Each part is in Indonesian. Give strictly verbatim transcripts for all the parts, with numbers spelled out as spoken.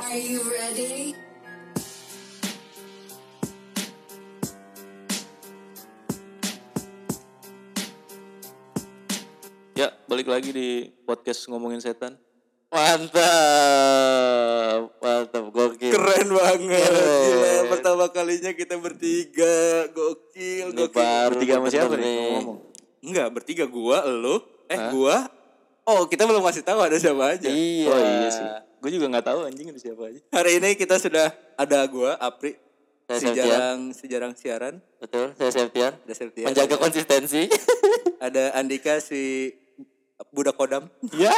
Are you ready? Ya, balik lagi di podcast Ngomongin Setan. Mantap, mantap, gokil. Keren banget, Keren. gila. Pertama kalinya kita bertiga, gokil, Ini gokil. baru Bertiga sama siapa bener nih ngomong? Enggak, bertiga gua, elu, eh Hah? gua. Oh, kita belum kasih tahu ada siapa aja. Iya. Oh iya sih. Gue juga nggak tahu anjing ada siapa aja. Hari ini kita sudah ada gua, Apri, Saya si Septian. jarang, si jarang siaran, Betul, saya Septian. ada Septian, Menjaga ada, konsistensi. ada Andika si budak kodam. Ya.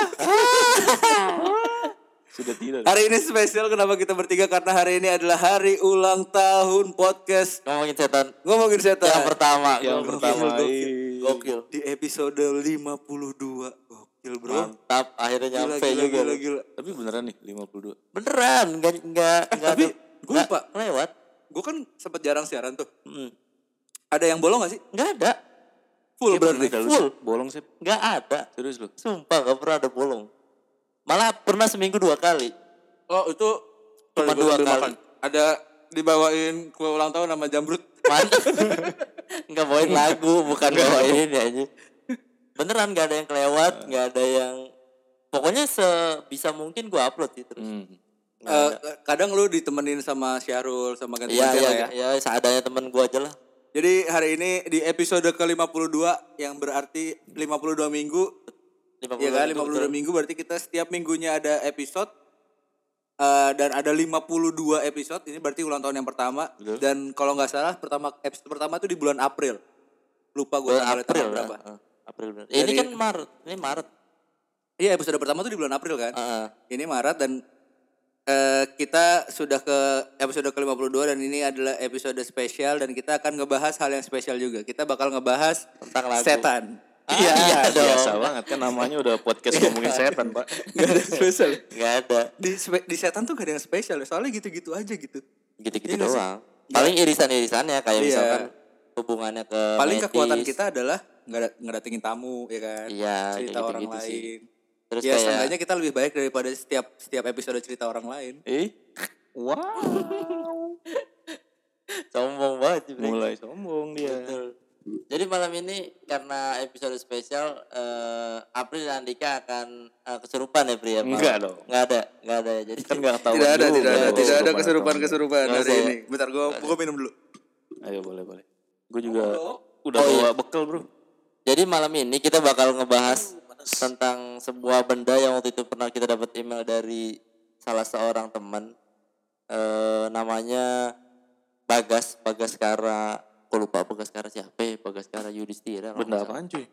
Sudah tidak. Hari ini spesial, kenapa kita bertiga? Karena hari ini adalah hari ulang tahun podcast Ngomongin setan. Ngomongin Setan. Yang pertama. Yang Gokil, pertama. Gokil. Ih. Gokil. Di episode lima puluh dua. Gokil, bro. Mantap, akhirnya Gila, nyampe gila, juga. gila, gila. Tapi beneran nih lima puluh dua. Beneran, enggak enggak enggak tapi ada- gue nggak lupa. lewat. Gue kan sempet jarang siaran tuh. Hmm. Ada yang bolong gak sih? Enggak ada. Full Iya, berarti. bener. Lu Full. sih, bolong sih. Enggak ada. Serius lu. Sumpah enggak pernah ada bolong. Malah pernah seminggu dua kali. Oh itu Cuma kalau dua gua kali. makan. Ada dibawain kue ulang tahun sama jamrut. Mantap. Enggak bawain lagu, bukan bawain ini aja. Beneran enggak ada yang kelewat, enggak ada yang pokoknya sebisa mungkin gua upload sih terus. Hmm. Eh, Nggak ada. kadang lu ditemenin sama Syahrul sama ganti Iya gantian iya lah ya. ya, seadanya temen gua aja lah. Jadi hari ini di episode ke lima puluh dua yang berarti lima puluh dua minggu. lima Iya puluh kan itu lima puluh dua betul. minggu berarti kita setiap minggunya ada episode. Eh, dan ada lima puluh dua episode. Ini berarti ulang tahun yang pertama. Betul. Dan kalau nggak salah pertama episode pertama itu di bulan April. Lupa gue Bulan tanggalnya April tanggal berapa. lah. Heeh, April bener. Ini Dari- kan Maret, ini Maret. Iya episode pertama tuh di bulan April kan. Heeh. Ini Maret dan eh, kita sudah ke episode ke lima puluh dua dan ini adalah episode spesial dan kita akan ngebahas hal yang spesial juga. Kita bakal ngebahas Tentang lagu. setan. Ah, Iya, iya dong. Biasa banget kan namanya udah podcast Ngomongin Setan, Pak. Gak ada spesial. Enggak ada. Di spe- di setan tuh gak ada yang spesial. Soalnya gitu-gitu aja gitu. Gitu-gitu Iya nggak sih? doang. Paling irisan-irisannya kayak Iya. misalkan hubungannya ke Paling medis. kekuatan kita adalah nggak ngedatengin tamu ya kan. Iya, Cerita kayak orang gitu-gitu sih. lain. Terus Ya kayak seenggaknya kita lebih baik daripada setiap setiap episode cerita orang lain. Eh. Wow. sombong banget sih, Bre. Mulai sombong dia. Betul. Jadi malam ini karena episode spesial eh, April dan Andika akan eh, kesurupan ya Pri ya? malam? Enggak dong. Enggak ada, enggak ada ya. Jadi Kan enggak tahu. Tidak ada, tidak ada, dong. tidak ada Kesurupan kesurupan-kesurupan Nggak hari usah ya? ini. Bentar gua gua minum dulu. Ayo boleh boleh. Gue juga udah Oh, bawa iya. bekal, Bro. Jadi malam ini kita bakal ngebahas tentang sebuah benda yang waktu itu pernah kita dapat email dari salah seorang teman. Eh, namanya Bagas, Bagaskara. Kok lupa Bagaskara siapa ya? Bagaskara Yudhistira. kalau Benda nggak salah. apaan, cuy?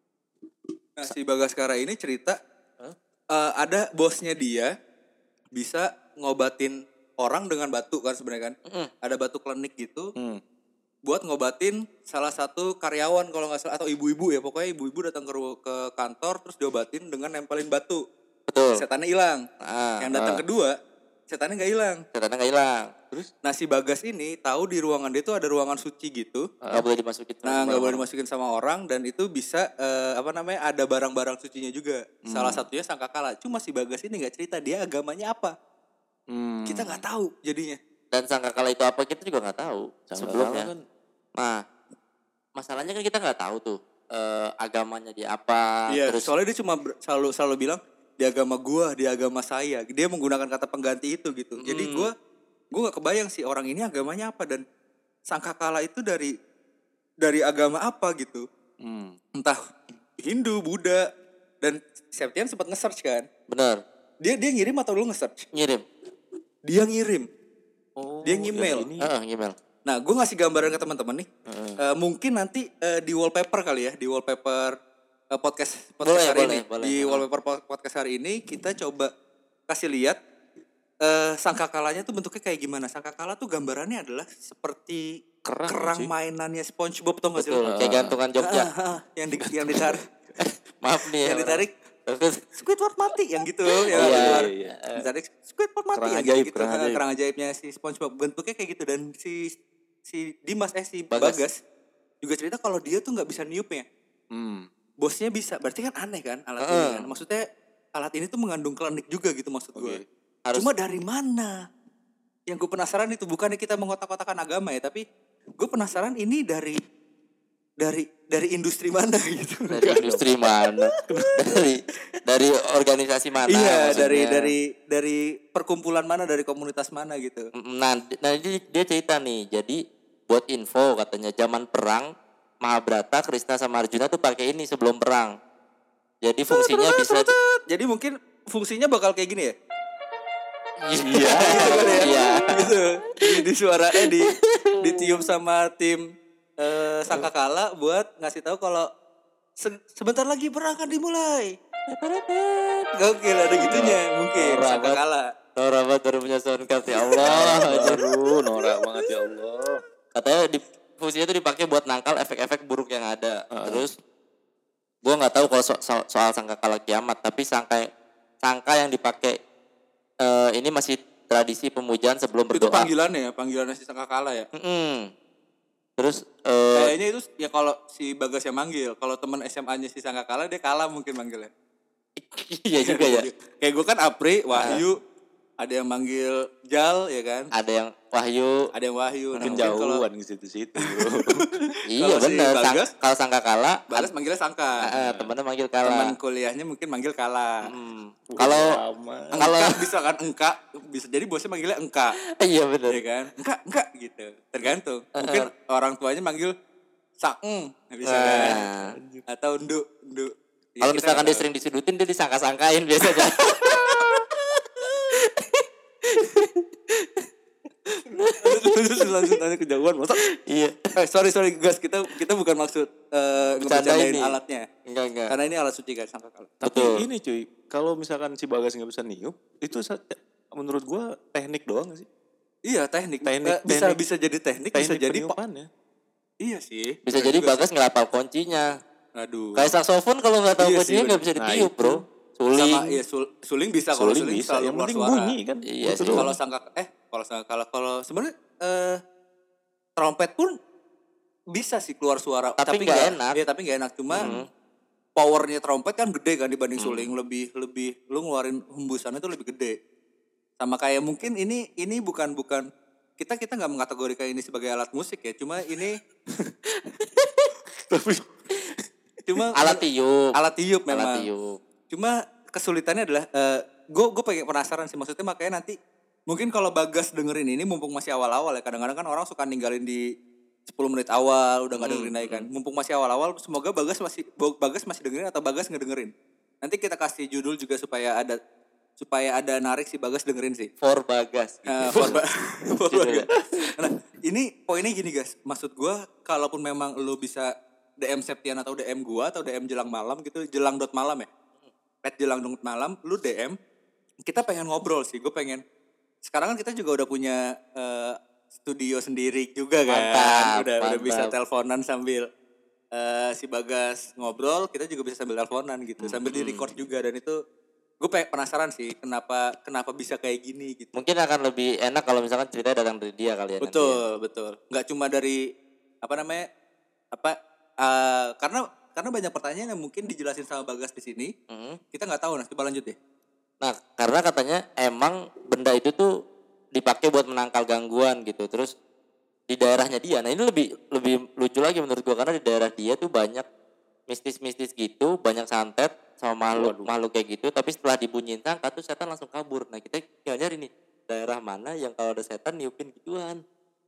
Nah, si Bagaskara ini cerita Hah? eh, ada bosnya dia bisa ngobatin orang dengan batu kan sebenarnya kan. Mm-mm. Ada batu klinik gitu Hmm. buat ngobatin salah satu karyawan kalau nggak salah atau ibu-ibu ya. Pokoknya ibu-ibu datang ke ru- ke kantor terus diobatin dengan nempelin batu. Betul. Setannya hilang. Ah, Yang datang ah. kedua, setannya nggak hilang. setannya nggak hilang. Terus Nah si Bagas ini tahu di ruangan dia tuh ada ruangan suci gitu. Nggak boleh dimasukin. Nah nggak boleh dimasukin sama orang dan itu bisa eh, apa namanya ada barang-barang sucinya juga. Salah satunya sangkakala. Cuma si Bagas ini nggak cerita dia agamanya apa. hmm. Kita nggak tahu jadinya. Dan sangkakala itu apa kita juga nggak tahu Sangkakala sebelumnya. kan Nah, masalahnya kan kita nggak tahu tuh eh, agamanya dia apa. Iya. Terus Soalnya dia cuma ber- selalu selalu bilang di agama gua, di agama saya. Dia menggunakan kata pengganti itu gitu. Jadi Hmm. gua gua nggak kebayang sih orang ini agamanya apa dan sangkakala itu dari dari agama apa gitu. Hmm. Entah Hindu, Buddha dan Septian sempat nge-search kan. benar Dia dia ngirim atau lu nge-search? ngirim. Dia ngirim. Oh, Dia ngemail. yang ini. Heeh, email. Nah, gue ngasih gambaran ke teman-teman nih. Eh, mungkin nanti eh, di wallpaper kali ya, di wallpaper eh, podcast podcast Boleh, hari boleh, ini. boleh. Di Ah. wallpaper po- podcast hari ini kita coba kasih lihat eh sangkakalanya tuh bentuknya kayak gimana. Sangkakala tuh gambarannya adalah seperti Kerang, kerang sih. mainannya SpongeBob tau gak sih? Betul, lu? kayak gantungan Jogja. Ah, ah, ah, yang di, yang ditarik, Maaf nih ya. yang ditarik Terus Squidward mati yang gitu, yang iya, keluar. iya. Ditarik Squidward mati Kerang yang ajaib, gitu, kerang kerang, ajaib. kerang ajaibnya si SpongeBob bentuknya kayak gitu dan si si Dimas eh si Bagas. Bagas, juga cerita kalau dia tuh nggak bisa niupnya. Hmm. Bosnya bisa, berarti kan aneh kan alat ini Heeh. kan. Maksudnya alat ini tuh mengandung klinik juga gitu maksud gue. Oke. harus Cuma dari mana? Yang gue penasaran itu bukannya kita mengotak-kotakan agama ya, tapi gue penasaran ini dari dari dari industri mana gitu. dari industri mana? dari dari organisasi mana? Iya, maksudnya? dari dari dari perkumpulan mana, dari komunitas mana gitu. Nah, nah dia, dia cerita nih. Jadi buat info katanya zaman perang Mahabharata, Krishna sama Arjuna tuh pakai ini sebelum perang. Jadi fungsinya bisa di- Jadi mungkin fungsinya bakal kayak gini ya. Iya. Iya. Gitu. Di, di suara eh di ditiup sama tim eh, Sangkakala buat ngasih tahu kalau se- sebentar lagi perang akan dimulai. Gokil, ada gitunya mungkin Norak Sangkakala. Norak banget baru punya soundcard ya Allah. Aduh, norak banget ya Allah. Katanya di, fungsinya itu dipakai buat nangkal efek-efek buruk yang ada. Terus gue nggak tahu kalau so- so- soal sangkakala kiamat, tapi sangka sangka yang dipakai eh, ini masih tradisi pemujaan sebelum Itu berdoa. panggilannya ya, panggilannya si Sangkakala ya. Mm-mm. Terus eh, Kayaknya itu ya kalau si Bagas yang manggil, kalau teman S M A-nya si Sangkakala dia kalah mungkin manggilnya. iya juga ya. Kayak gue kan Apri, Wahyu, ada yang manggil Jal ya kan. Ada yang Wahyu. Ada yang Wahyu. Mungkin Nah, kalau jauhan ke situ-situ, Bro. Iya Kalau si benar. Sang, Bagas? kalau sangkakala, Bagas manggilnya Sangka. eh, temennya manggil kala. Teman kuliahnya mungkin manggil Kala. Hmm. Kalau Lama. kalau Engka bisa kan engka, bisa jadi bosnya manggilnya engka. iya benar. Ya kan? Engka, engka gitu. Tergantung. Mungkin orang tuanya manggil Sakeng, bisa kan? Nah, Atau Ndu, Ndu. Ya, kalau kita misalkan nggak dia tahu. sering disudutin dia disangka-sangkain biasanya. Terus langsung tanya kejauhan masa? Iya. Eh, sorry sorry guys, kita kita bukan maksud uh, Bercanda ngebercandain ini. alatnya. Enggak enggak. Karena ini alat suci kan Sangkakala. Tapi Betul. ini cuy, kalau misalkan si Bagas nggak bisa niup, itu sa- menurut gua teknik doang gak sih? Iya, teknik. Teknik- Eh, bisa teknik- bisa jadi teknik, bisa Teknik jadi pa- peniupannya. Iya sih. Bisa Bener jadi juga Bagas ngelapal kuncinya. sih. Aduh. Kayak saksofon kalau nggak tahu Iya sih, kuncinya nggak bener. bisa Nah, ditiup, itu. Bro. Suling. Sama iya sul- suling bisa kalau Suling suling bisa, selalu yang keluar penting suara. bunyi kan. Iya Itu sih. doang. Kalau sangka eh kalau Sangkakala kalau sebenarnya eh trompet pun bisa sih keluar suara Tapi nggak enak. Iya, tapi nggak enak cuma Hmm. powernya trompet kan gede kan dibanding suling, lebih lebih lu ngeluarin hembusannya itu lebih gede. Sama kayak mungkin ini ini bukan bukan kita kita nggak mengategorikan ini sebagai alat musik ya, cuma ini Tapi cuma Alat tiup. alat tiup memang. Alat tiup. Cuma kesulitannya adalah gue gue pengen penasaran sih, maksudnya makanya nanti mungkin kalau Bagas dengerin ini mumpung masih awal-awal ya, kadang-kadang kan orang suka ninggalin di sepuluh menit awal udah nggak dengerin lagi kan. Mumpung masih awal-awal, semoga Bagas masih Bagas masih dengerin atau Bagas ngedengerin. Nanti kita kasih judul juga supaya ada supaya ada narik si Bagas dengerin sih. For Bagas. Nah, for ba- for Judulnya. Bagas. Nah, ini poinnya gini guys. Maksud gue kalaupun memang lu bisa D M Septian atau D M gua atau D M Jelang Malam gitu, Jelang dot malam ya. At Jelang dot malam, lu D M. Kita pengen ngobrol sih. Gue pengen. Sekarang kan kita juga udah punya eh, studio sendiri juga kan. Mantap, udah udah mantap. bisa teleponan sambil eh, si Bagas ngobrol, kita juga bisa sambil teleponan gitu, sambil di record juga, dan itu gue penasaran sih kenapa kenapa bisa kayak gini gitu. Mungkin akan lebih enak kalau misalkan ceritanya datang dari dia kali ya. nanti ya. Betul, betul. Nggak cuma dari apa namanya? Apa eh, karena karena banyak pertanyaan yang mungkin dijelasin sama Bagas di sini. Hmm. Kita nggak tahu, nah coba lanjut deh. Nah, karena katanya emang benda itu tuh dipakai buat menangkal gangguan gitu. Terus di daerahnya dia. Nah, ini lebih lebih lucu lagi menurut gua karena di daerah dia tuh banyak mistis-mistis gitu, banyak santet sama makhluk makhluk kayak gitu, tapi setelah dibunyiin sangka tuh setan langsung kabur. Nah, kita nyari nih daerah mana yang kalau ada setan niupin gituan.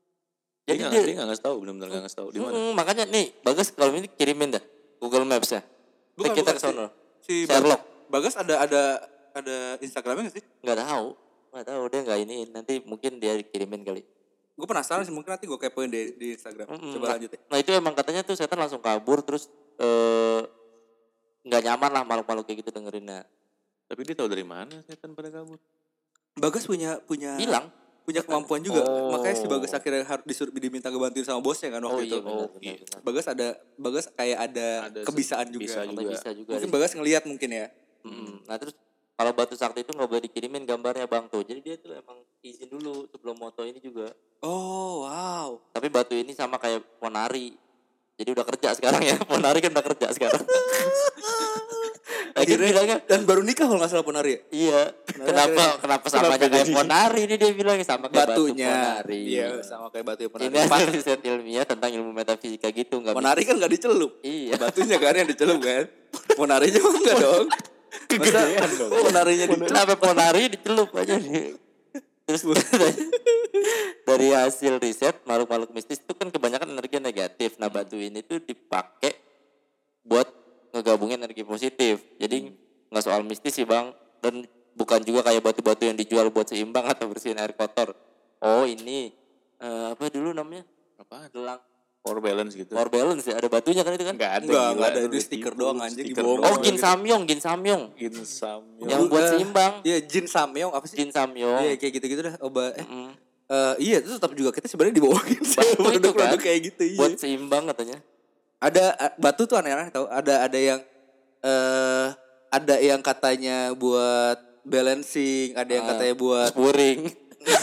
Dia Jadi nggak dia, dia nggak ngasih tahu, benar-benar nggak ngasih tahu di mana. Mm, makanya nih Bagas kalau ini kirimin dah Google Maps ya. Bukan, kita bukan, ke sono. Si Sherlock. Bagas ada ada ada Instagramnya nggak sih? Nggak tahu, nggak tahu dia nggak iniin. Nanti mungkin dia dikirimin kali. Gue penasaran sih, mungkin nanti gue kepoin di, di Instagram. Mm-mm. Coba lanjut deh. Nah itu emang katanya tuh setan langsung kabur terus eh, nggak nyaman lah makhluk-makhluk kayak gitu dengerinnya. Tapi dia tahu dari mana setan pada kabur. Bagas punya punya Bilang. punya kemampuan juga. Oh. Makanya si Bagas akhirnya harus disuruh diminta kebantuin sama bosnya kan waktu Oh itu. iya benar, Oh, benar, iya. benar. Bagas ada Bagas kayak ada, Ada kebisaan se- juga. bisa Atau juga. bisa juga. Mungkin sih. Bagas ngelihat mungkin ya. Mm. Nah terus kalau batu sakti itu nggak boleh dikirimin gambarnya bang tuh. Jadi dia tuh emang izin dulu sebelum moto ini juga. Oh, wow. Tapi batu ini sama kayak Ponari. Jadi udah kerja sekarang ya. Ponari kan udah kerja sekarang. Akhirnya bilangnya dan baru nikah kalau nggak salah Ponari. Ya? Iya. Kenapa kenapa samanya kayak Ponari ini dia bilangnya sama kayak Batunya. batu Ponari. Iya, sama kayak batu Ponari. Ini hasil riset ilmiah tentang ilmu metafisika gitu enggak. Ponari kan nggak dicelup. Iya. Batunya kan yang dicelup kan. Ponarinya mah enggak dong. Kegedean dong. Ponarinya dicelup. Kenapa Ponari dicelup aja nih. Terus dari hasil riset makhluk-makhluk mistis itu kan kebanyakan energi negatif. Nah batu ini tuh dipakai buat ngegabungin energi positif. Jadi nggak soal mistis sih bang. Dan bukan juga kayak batu-batu yang dijual buat seimbang atau bersihin air kotor. Oh ini uh, apa dulu namanya? Apa? Gelang Power balance gitu. power balance ya. Ada batunya kan itu kan? Enggak ada. Enggak, gila. enggak ada. Itu stiker doang anjing Stiker dibohong. Oh doang. Gin Samyong, Gin Samyong. Gin Samyong. Yang buat seimbang. Iya, Jin Samyong apa sih? Jin Samyong. Iya, kayak gitu-gitu dah. Obat eh Mm. eh, iya, itu tetap juga kita sebenarnya dibohongin sih. Batu itu Produk-produk kan kayak gitu iya. buat seimbang katanya. Ada a- batu tuh aneh-aneh tau. Ada ada yang eh ada yang katanya buat balancing, ada yang Ah, katanya buat Spuring.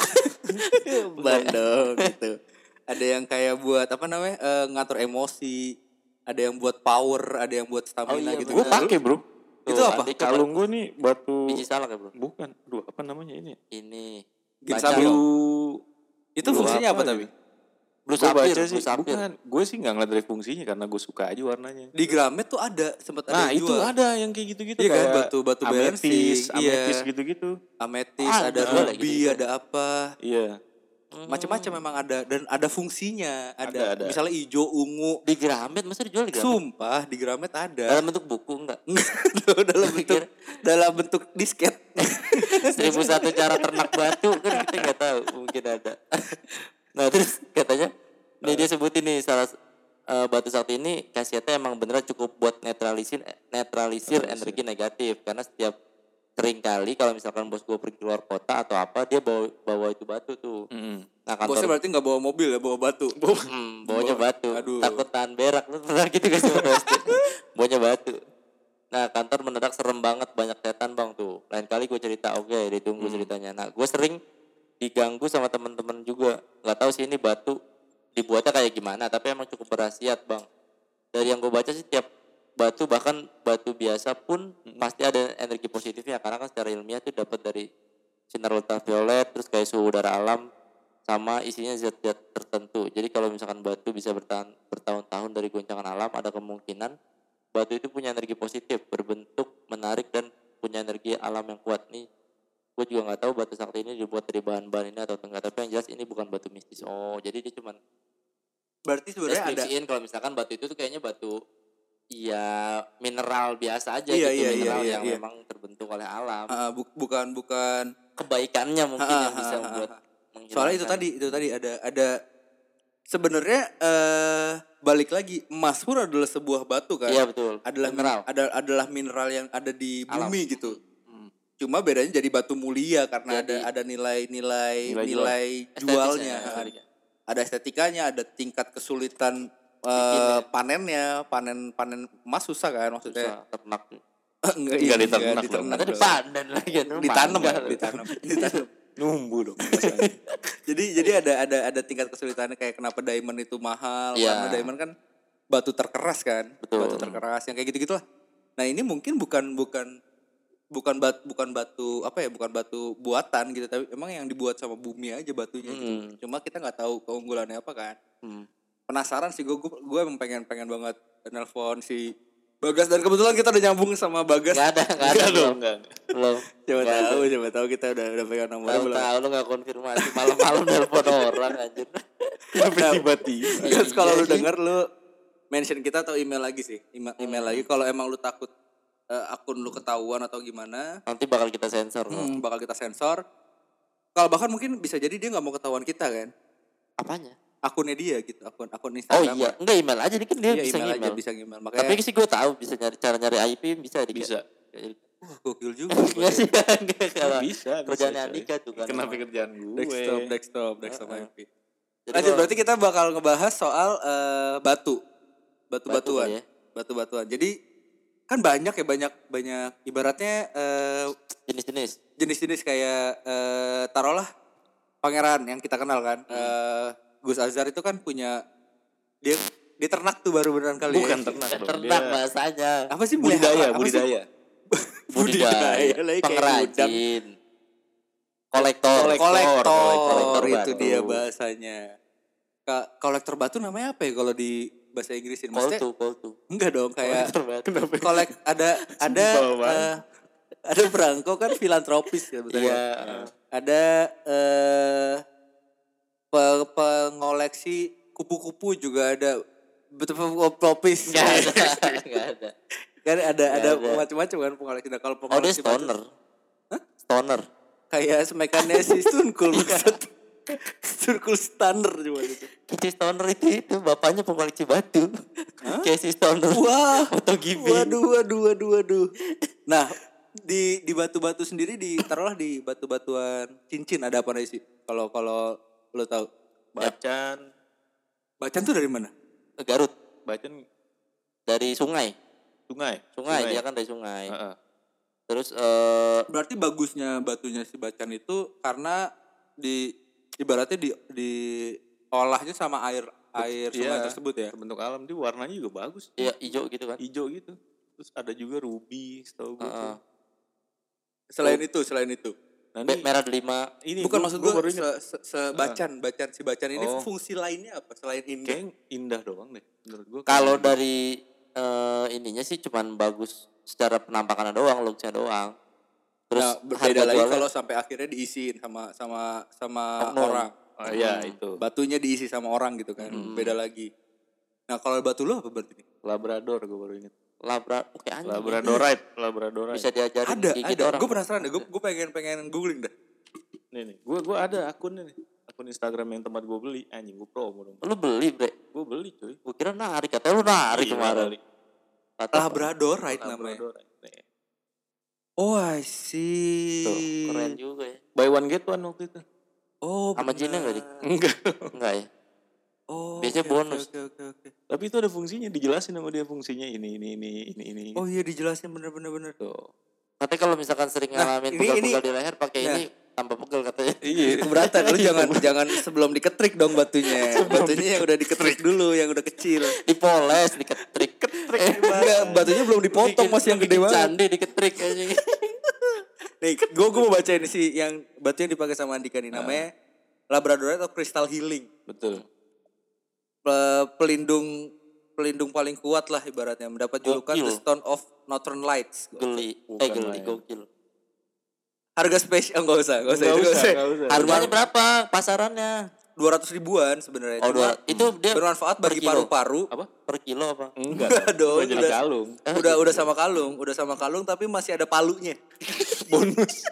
bandeng gitu. Ada yang kayak buat apa namanya? eh, ngatur emosi, ada yang buat power, ada yang buat stamina Oh iya, gitu. Gue pakai bro. Itu Tuh, apa? adik Kalung gue nih batu. biji salak ya bro. Bukan. Aduh apa namanya ini? Ini Gin baca Samyong. dong. Blue. Itu Blue fungsinya apa, apa tapi? gitu? Blue Gue sapphire, baca blue sih. sapphire. Bukan. Gue sih nggak ngeliat dari fungsinya karena gue suka aja warnanya. Di Gramet tuh ada sempat ada Nah yang itu jual. ada yang kayak gitu-gitu. Iya kan, kayak batu-batu ametis, balancing, iya. ametis gitu-gitu. Ametis, Ah, ada ada ruby, lagi gitu. ada apa. Iya. Macam-macam memang ada dan ada fungsinya. Ada, Ada, ada. misalnya hijau, ungu. Di Gramet masa dijual di Gramet? Sumpah di Gramet ada. Dalam bentuk buku enggak? dalam bentuk dalam bentuk disket. Seribu satu cara ternak batu kan kita nggak tahu, mungkin ada. Nah terus katanya, nih dia sebutin nih salah eh, batu sakti ini khasiatnya emang beneran cukup buat netralisir netralisir energi negatif karena setiap sering kali kalau misalkan bos gue pergi keluar kota atau apa dia bawa bawa itu batu tuh. Mm-mm. Nah Bosnya kantor berarti nggak bawa mobil ya, bawa batu. hmm, bawanya batu, Aduh. takut tahan berak lu pernah gitu gak sih waktu S D? Bawanya batu. Nah kantor mendadak serem banget, banyak setan bang tuh. Lain kali gue cerita, oke ditunggu ceritanya. Nah gue sering diganggu sama teman-teman juga. Nggak tahu sih ini batu dibuatnya kayak gimana, tapi emang cukup berhasiat bang. Dari yang gue baca sih tiap batu bahkan batu biasa pun pasti ada energi positifnya karena kan secara ilmiah tuh dapat dari sinar ultraviolet terus kayak suhu udara alam sama isinya zat-zat tertentu. Jadi kalau misalkan batu bisa bertahan bertahun-tahun dari goncangan alam, ada kemungkinan batu itu punya energi positif, berbentuk menarik dan punya energi alam yang kuat nih. Gue juga nggak tahu batu sakti ini dibuat dari bahan-bahan ini atau enggak, tapi yang jelas ini bukan batu mistis. Oh, jadi dia cuman Berarti sebenarnya ada deskripsiin kalau misalkan batu itu tuh kayaknya batu ya mineral biasa aja Iya, gitu, iya, mineral iya, yang iya. memang terbentuk oleh alam. ah, bu- bukan bukan Kebaikannya mungkin Ah, yang ah, bisa ah, membuat ah. menghilangkan. soalnya itu tadi itu tadi ada ada sebenarnya eh balik lagi emas pun adalah sebuah batu kan. Iya betul. Adalah mineral. ada adalah mineral yang ada di Alam. bumi gitu. Hmm. Cuma bedanya jadi batu mulia karena Jadi- ada ada nilai-nilai Nilai nilai, Estetisnya, jualnya. estetika. Ada estetikanya, ada tingkat kesulitan eh, Bikinnya. panennya, panen panen emas susah kan maksudnya. Bisa ternak. Enggak, Enggak diternak dong. diternak Tadi dong. panen lagi kan. Ditanam mangga. kan, ditanam. ditanam. Numbu dong. jadi jadi ada ada ada tingkat kesulitannya kayak kenapa diamond itu mahal Iya. karena diamond kan batu terkeras kan. Betul. Batu terkeras yang kayak gitu-gitulah. Nah, ini mungkin bukan bukan bukan bat, bukan batu apa ya, bukan batu buatan gitu, tapi emang yang dibuat sama bumi aja batunya gitu. Hmm. Cuma kita nggak tahu keunggulannya apa kan. Hmm. Penasaran sih gue gue emang pengen pengen banget nelpon si Bagas dan kebetulan kita udah nyambung sama Bagas. Gak ada, gak ada belum. Enggak. Belum. Coba Nggak tahu, ada. coba tahu kita udah udah pegang nomornya Tahu belum. tahu lu gak konfirmasi malam-malam nelpon orang anjir. Tapi tiba-tiba. Terus kalau lu Iya, denger lu mention kita atau email lagi sih. Email, email lagi kalau emang lu takut eh, akun lu ketahuan atau gimana, Nanti bakal kita sensor. kok. hmm, bakal kita sensor. Kalau bahkan mungkin bisa jadi dia nggak mau ketahuan kita kan. Apanya? Akunnya dia gitu, akun akun Oh Instagram. iya, enggak email aja nih kan dia Iya, bisa email email. aja bisa email. Makanya Tapi sih gue tahu bisa nyari cara nyari I P bisa di Bisa. wah, gokil juga. Enggak sih, enggak kalau Bisa. kerjaannya bisa, Andika coy. tuh kan. Kenapa emang. kerjaan gue? desktop, desktop, desktop Heeh. I P. Jadi Lanjut, kalau- berarti kita bakal ngebahas soal eh, batu. Batu-batuan. Batu, ya. Batu-batuan. Jadi kan banyak ya, banyak banyak ibaratnya eh, jenis-jenis. jenis-jenis kayak eh, taruhlah pangeran yang kita kenal kan. Eh, Gus Azhar itu kan punya dia dia ternak tuh baru beneran kali Bukan ya. ternak dong. Ternak Dia bahasanya. Apa sih budidaya, melihara? Apa sih? budidaya. budidaya, lagi kayak pengrajin, kolektor, kolektor, kolektor itu batu. dia bahasanya. Ka- kolektor batu namanya apa ya kalau di bahasa Inggrisin? Maksudnya Koltu, koltu. enggak dong kayak Kolektor batu. kolek ada ada Simpel banget. eh, ada perangko kan filantropis ya betul. Iya. ya? Ada eh pe- pengoleksi kupu-kupu juga ada, betul filantropis. Enggak ada, enggak ada. Kan ada ada ada. macam-macam kan pengoleksi. Nah, kalau Oh dia pengoleksi batu- stoner. Stoner. kayak semekannya si Stunkul maksud. Stunkul standar cuma itu. Si stoner itu itu bapaknya pengoleksi batu. Kayak si stoner. Wah, Fotogivi. waduh, waduh, waduh, waduh. Nah, di di batu-batu sendiri ditaruhlah di batu-batuan cincin ada apa aja sih? Kalau kalau lo tahu. Bacan, Bacan tuh dari mana? Garut bacan dari sungai. sungai. Sungai, dia kan dari sungai. Heeh. Terus eh Berarti bagusnya batunya si Bacan itu karena di ibaratnya di di olahnya sama air air sungai Iya, tersebut ya. Bentuk alam dia warnanya juga bagus. ya hijau gitu kan. Hijau gitu. Terus ada juga ruby, setahu gue. Heeh. tuh. Selain itu, selain itu. Nah, Be- ini, merah delima. ini Bukan gua- maksud gua gue baru se, ingat. se, se- Bacan, Bacan si Bacan ini Oh. fungsi lainnya apa selain indah? Kayak indah doang deh menurut gue. Kalau dari eh, ininya sih cuman bagus secara penampakannya doang, looksnya doang. Terus Nah, berbeda harga lagi jualnya- kalau sampai akhirnya diisiin sama sama sama Oknum. orang. oh, iya itu. Batunya diisi sama orang gitu kan. Beda lagi. Nah, kalau batu lu apa berarti? Labrador gue baru ingat. labra oke anjing. Labradorite, Labradorite. Bisa diajarin Ada, gigit ada. orang. Gue penasaran deh. Gue pengen pengen googling dah. Nih nih, gue gue ada akunnya nih. Akun Instagram yang tempat gue beli. Anjing gue promo dong. Lu beli, Bre. Gue beli cuy. Gue kira narik, katanya lu narik Iya, kemarin. beli. Kata apa? Labradorite namanya. Labradorite. Nih. Oh, I see. Tuh, keren juga ya. Buy one get one waktu itu. Oh, Sama benar. jinnya enggak, Dik? Enggak. Enggak ya? Oh, Biasanya oke, bonus. Oke, oke, oke. Tapi itu ada fungsinya, dijelasin sama dia fungsinya ini ini ini ini ini. Oh iya dijelasin bener-bener bener. Tuh. Tapi kalau misalkan sering Nah, ngalamin ini- pegal-pegal ini- di leher pakai nah. ini tanpa pegel katanya. Iya. Keberatan lu jangan jangan sebelum diketrik dong batunya. Batunya yang udah diketrik dulu, yang udah kecil. Dipoles, diketrik. Ketrik. Enggak, batunya belum dipotong masih yang gede banget. Candi diketrik anjing. Nih, gue gue mau baca ini sih yang batu yang dipakai sama Andika nih namanya Labradorite atau Crystal Healing. Betul. Pe- pelindung pelindung paling kuat lah ibaratnya, mendapat julukan Gokil. The Stone of Northern Lights. Geli. Bukan Eh geli, main. gokil. Harga spesial enggak usah, enggak usah, Nggak itu nggak usah, usah. nggak usah. Harganya berapa pasarannya? dua ratus ribuan sebenarnya. Oh, Cuma dua. Itu dia bermanfaat per bagi kilo. paru-paru. Apa? Per kilo apa? Enggak. Enggak dong, Udah jadi udah- kalung. Udah udah sama kalung, udah sama kalung tapi masih ada palunya. Bonus.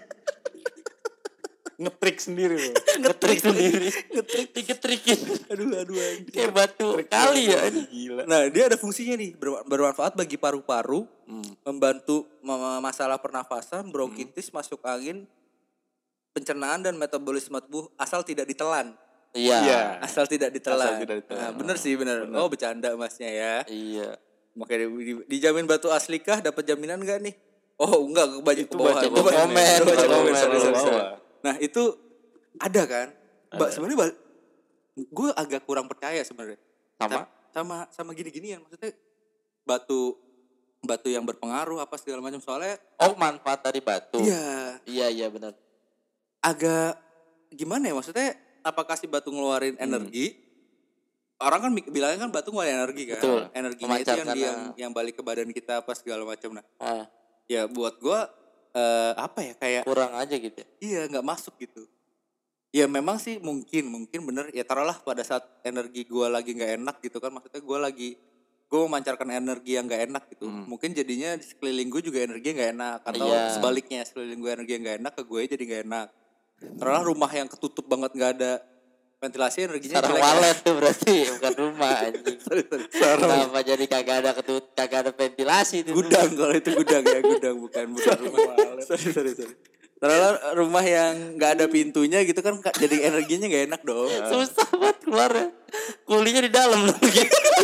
Ngetrik sendiri loh. Ngetrik sendiri. Ngetrik diketrikin. Aduh aduh anjing. Kayak batu kali ya anjing. Gila. Nah, dia ada fungsinya nih, ber- bermanfaat bagi paru-paru, membantu mem- masalah pernafasan, bronkitis, masuk angin, pencernaan dan metabolisme tubuh asal tidak ditelan. Iya. Iya. Asal tidak ditelan. Asal tidak ditelan. Nah, bener sih, bener. Oh, bercanda masnya ya. Iya. Makanya di- di- dijamin batu asli kah? Dapat jaminan enggak nih? Oh, enggak, kebaca ke Itu bawah. baca Gua baca- komen, gua baca baca komen, komen, sorry, sorry, bawah. sorry. Nah, itu ada kan? Mbak, sebenarnya Mbak, gue agak kurang percaya sebenarnya. Sama? Sa- sama sama gini-ginian maksudnya batu batu yang berpengaruh apa segala macam soalnya Oh, manfaat dari batu. iya Iya, iya benar. agak gimana ya maksudnya apakah si batu ngeluarin energi orang kan mik- bilangnya kan batu ngeluarin energi kan Betul. energinya itu yang, Memancarkan, yang ah. yang balik ke badan kita apa segala macam nah Ah, ya buat gue eh, apa ya kayak kurang aja gitu ya. iya nggak masuk gitu ya memang sih mungkin mungkin bener ya taruhlah pada saat energi gue lagi nggak enak gitu kan maksudnya gue lagi gue memancarkan energi yang nggak enak gitu mungkin jadinya di sekeliling gue juga energi nggak enak atau Iya. sebaliknya sekeliling gue energi yang nggak enak ke gue jadi nggak enak taruhlah rumah yang ketutup banget nggak ada ventilasi energinya Sarang jelek ya. walet tuh berarti bukan rumah anjing. Kenapa jadi kagak ada ketut kagak ada ventilasi tuh. gudang kalau itu gudang ya gudang bukan bukan rumah sorry sorry sorry taruhlah rumah yang nggak ada pintunya gitu kan ka- jadi energinya nggak enak dong Susah banget keluarnya. Kulinya di dalam lagi.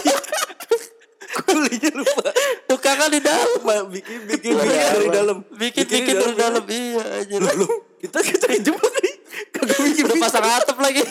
kulinya lupa Tukangnya di dalam. Ma- bikin bikin bikin dari dalam Bikin bikin dari dalam iya aja. Loh, kita kita jebak nih kagak bikin Udah pasang atap lagi.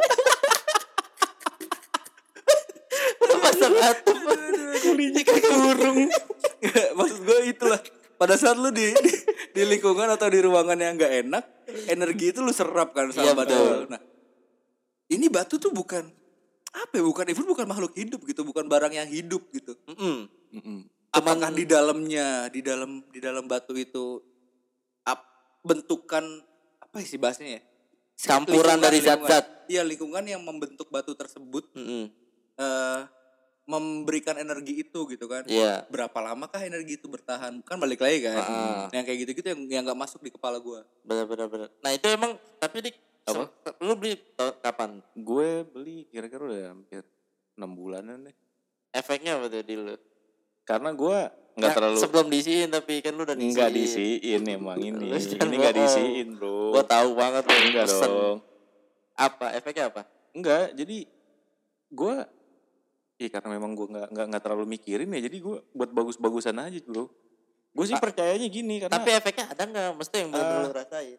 Udah pasang atap. Kulinya kayak burung. Nggak, maksud gue itulah pada saat lu di, di di lingkungan atau di ruangan yang nggak enak, energi itu lu serap kan sama Iya, badan betul. lu. Nah, ini batu tuh bukan apa ya, bukan even bukan makhluk hidup gitu, bukan barang yang hidup gitu. Mm-mm. Mm-mm. Apakah di dalamnya, di dalam di dalam batu itu ap, bentukan apa sih bahasanya ya? Campuran Lingkungan- dari lingkungan. zat-zat. Iya, lingkungan yang membentuk batu tersebut Mm-mm. eh memberikan energi itu gitu kan. Iya. Berapa lamakah energi itu bertahan? Kan balik lagi kan. Ah. Yang kayak gitu-gitu yang yang enggak masuk di kepala gua. Benar benar benar. Nah itu emang tapi dik Apa? se- lu beli to- kapan? Gue beli kira-kira udah hampir enam bulanan deh. Efeknya apa tuh di lu? Karena gue nggak Ya, terlalu sebelum diisiin tapi kan lu udah diisiin. nggak diisiin emang ini. Lu jangan Ini nggak bohong. diisiin bro. Gua tahu banget lu Enggak pesen. dong. Apa efeknya apa? Enggak, jadi gue Iya karena memang gue nggak nggak nggak terlalu mikirin ya, jadi gue buat bagus-bagusan aja bro. Gue sih Ah, percayanya gini karena Tapi efeknya ada nggak? Mesti yang benar-benar Ah. lu rasain.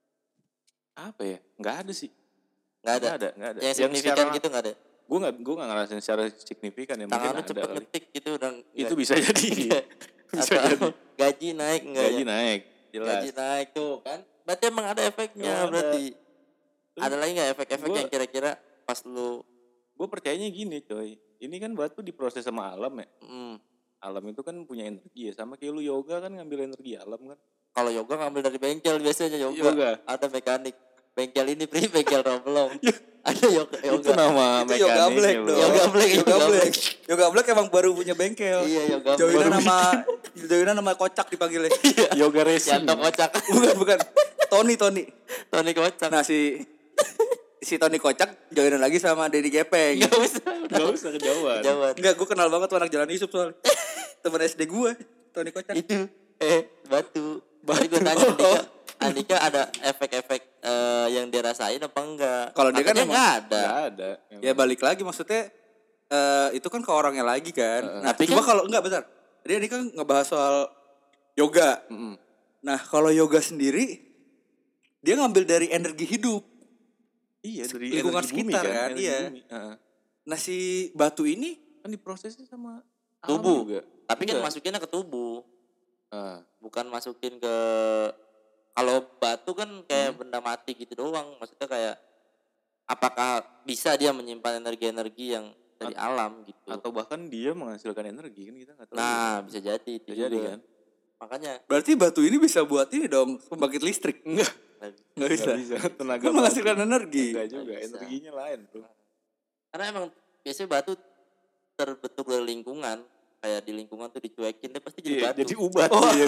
apa ya? Nggak ada sih. Nggak ada. Nggak ada, nggak ada. Yang signifikan gitu nggak ada. Gue nggak gue nggak ngerasain secara signifikan ya. Tangan Mungkin lu ada cepet kali. ngetik gitu udah. Itu bisa jadi. Bisa Atau jadi. gaji naik enggak Gaji ya? naik, jelas. Gaji naik tuh kan. Berarti emang ada efeknya Emang ada. berarti. Ada lagi nggak efek-efek Gua- yang kira-kira pas lu Gue percayanya gini coy. Ini kan batu diproses sama alam ya. mm, Alam itu kan punya energi ya. Sama kayak lu yoga kan ngambil energi alam kan. kalau yoga ngambil dari bengkel biasanya yoga. Yoga. Ada mekanik. Bengkel ini pri bengkel roblong. Ada yoga yoga. Itu nama Itu yoga mekaniknya black bro. dong. Yoga black, Yoga yoga black. Yoga black emang baru punya bengkel. Iya, yoga Joinnya baru nama Joinnya nama kocak dipanggilnya. Yoga racing. Yanto kocak. bukan bukan. Tony Tony. Tony kocak. Nah si si Tony kocak joinan lagi sama Dedi Gepeng. Enggak usah. Gak usah kejauhan. Jawab. Enggak, gue kenal banget tuh anak Jalan Yusuf soalnya. Temen S D gue, Tony kocak. Itu eh batu. Tadi gue tanya Andika, Andika ada efek-efek eh, yang dirasain apa enggak? Kalau dia kan Katanya emang- enggak ada. Gak ada. Ya balik lagi maksudnya eh itu kan ke orangnya lagi kan. Nah, Tapi coba kan- kalau enggak bentar. Dia ini kan ngebahas soal yoga. Mm-mm. Nah, kalau yoga sendiri dia ngambil dari energi hidup. Iya dari Lingkungan energi bumi sekitar kan. kan, Energi iya. bumi. Heeh. Nah, si batu ini Kan diprosesnya sama alam Tubuh. juga. Tapi kan Enggak. masukinnya ke tubuh, Ah. bukan masukin ke kalau batu kan kayak benda mati gitu doang. Maksudnya kayak apakah bisa dia menyimpan energi-energi yang dari alam gitu. Atau bahkan dia menghasilkan energi kan kita nggak tahu. Nah, bisa jadi itu bisa jadi juga. kan. Makanya berarti batu ini bisa buat ini dong, pembangkit listrik. Enggak. Enggak bisa. Nggak bisa. Tenaga Kan menghasilkan energi. Enggak juga. Nggak bisa. Energinya lain bro. karena emang biasanya batu terbentuk dari lingkungan. Kayak di lingkungan tuh dicuekin dia pasti jadi Iya, batu. jadi ubat. Oh. Iya.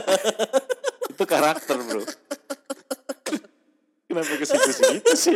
Itu karakter bro. Kenapa ke situ-situ sih?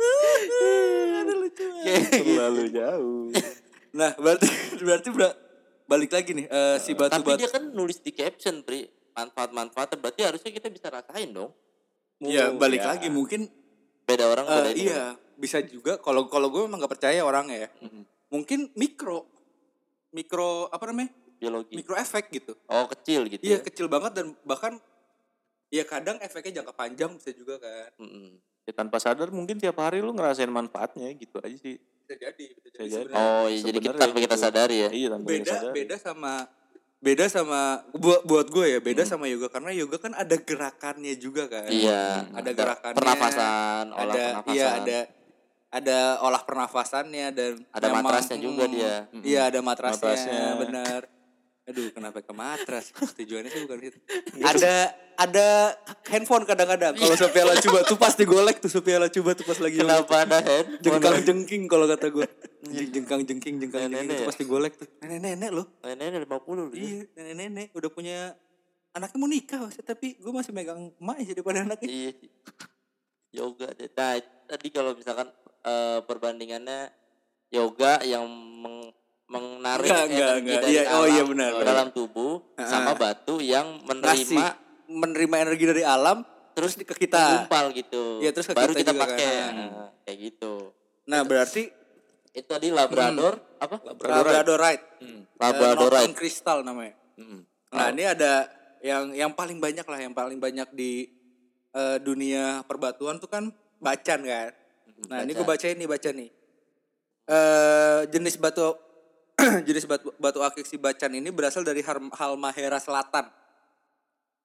Terlalu jauh. Nah, berarti berarti ber- balik lagi nih eh, si Tapi batu-batu. dia kan nulis di caption, Pri, manfaat-manfaatnya berarti harusnya kita bisa rasain dong. Iya, balik Ya. lagi mungkin Beda orang eh, beda ini. iya, bisa juga kalau kalau gue memang gak percaya orangnya ya. Mhm. Mungkin mikro mikro apa namanya? Biologi. Mikro efek gitu. Oh, kecil gitu. Iya, ya. kecil banget dan bahkan ya kadang efeknya jangka panjang bisa juga kan. Mm-mm. Ya, tanpa sadar mungkin tiap hari lu ngerasain manfaatnya gitu aja sih. Bisa jadi, bisa Bisa jadi. jadi. sebenarnya. Oh, iya, jadi kita Sebenarnya tanpa kita gitu. sadari ya. Iya tanpa kita beda sadari. beda sama beda sama buat buat gue ya Hmm. beda sama yoga karena yoga kan ada gerakannya juga kan. Iya. Ada gerakannya. Pernafasan, olah ada pernafasan. iya ada ada olah pernafasannya dan Ada memang- matrasnya juga mm, dia. Iya, ada matrasnya, Matrasnya. benar. Aduh, kenapa ke matras? Tujuannya sih bukan itu. ada ada handphone kadang-kadang. Kalau Sophia Lacuba tuh pasti golek tuh Sophia Lacuba tuh pas lagi yoga. Kenapa ada handphone? Jengkang jengking kalau kata gue. Jengkang jengking jengkang jengking Nenek-nenek itu ya? pasti golek tuh. Nenek-nenek loh. Nenek lima puluh loh. Iya, nenek-nenek udah punya anaknya mau nikah maksudnya, tapi gue masih megang emak aja daripada anaknya. Iya. Yoga deh. Nah, tadi kalau misalkan eh, perbandingannya yoga yang meng, menarik Enggak, enggak, energi enggak. dari Iya, oh alam iya, benar, ke benar. dalam tubuh sama batu yang Ngasih, menerima menerima energi dari alam terus di- ke kita. menggumpal gitu. Iya, terus ke baru kita kita, juga pakai. kan. Nah, kayak gitu. Nah, berarti Itu tadi labrador apa? Labradorite. Hmm. Eh, Labradorite. Northern Crystal namanya. Mm-mm. Nah, ini ada yang yang paling banyak lah, yang paling banyak di eh, dunia perbatuan tuh kan bacan kan. Nah, ini gue bacain nih, baca nih. Eh jenis batu jenis batu batu akik si bacan ini berasal dari Har- Halmahera Selatan.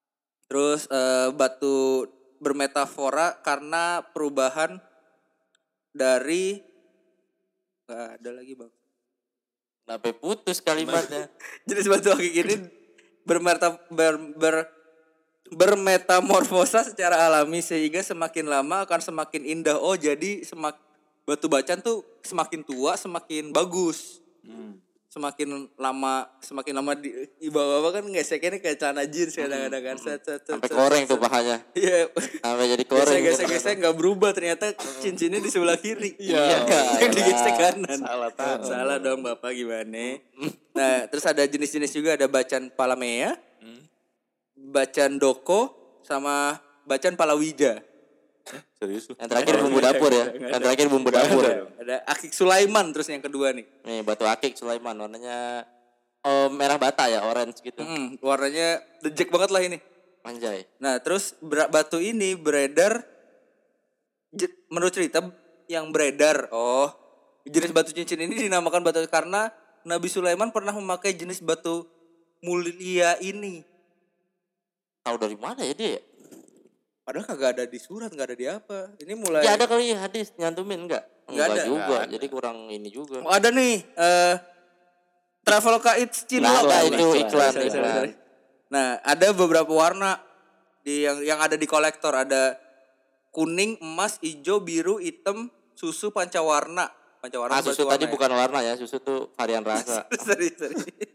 Terus eh, batu bermetafora karena perubahan dari nggak ada lagi bang. Sampai putus kalimatnya. Jenis batu akik ini bermeta, ber, ber, bermetamorfosa secara alami sehingga semakin lama akan semakin indah. Oh jadi semak, batu bacan tuh semakin tua semakin bagus. Hmm. Semakin lama semakin lama di, di bawah kan geseknya kayak celana jeans kadang-kadang kan. Set, set, set, Sampai set, koreng set. tuh pahanya. Iya. Sampai jadi koreng. Gesek-gesek nggak berubah ternyata cincinnya di sebelah kiri. Iya. Yang digesek kanan. Salah tahu. Salah dong Bapak gimana? Nah, terus ada jenis-jenis juga ada bacan palamea, bacan doko sama bacan palawija. Serius lu? Yang terakhir bumbu dapur ya. Yang terakhir bumbu dapur. Ada, ada akik Sulaiman terus yang kedua nih. Nih batu akik Sulaiman warnanya oh, merah bata ya, orange gitu. Hmm, warnanya dejek banget lah ini. Anjay. Nah, terus ber- batu ini beredar je- menurut cerita yang beredar. Oh, jenis batu cincin ini dinamakan batu karena Nabi Sulaiman pernah memakai jenis batu mulia ini. Tahu dari mana ya dia? Padahal kagak ada di surat, nggak ada di apa. Ini mulai. Ya ada kali hadis nyantumin enggak? Nggak ada. juga. Nggak ada. Jadi kurang ini juga. Oh, ada nih. eh Traveloka It's Cinlok. Nggak ada, Nah, itu sorry, iklan, sorry, sorry, iklan. sorry. Nah, ada beberapa warna di yang yang ada di kolektor. Ada kuning, emas, hijau, biru, hitam, susu, pancawarna. Pancawarna Ah, berarti susu tadi warna ya. bukan warna ya, susu tuh varian rasa. sorry, sorry.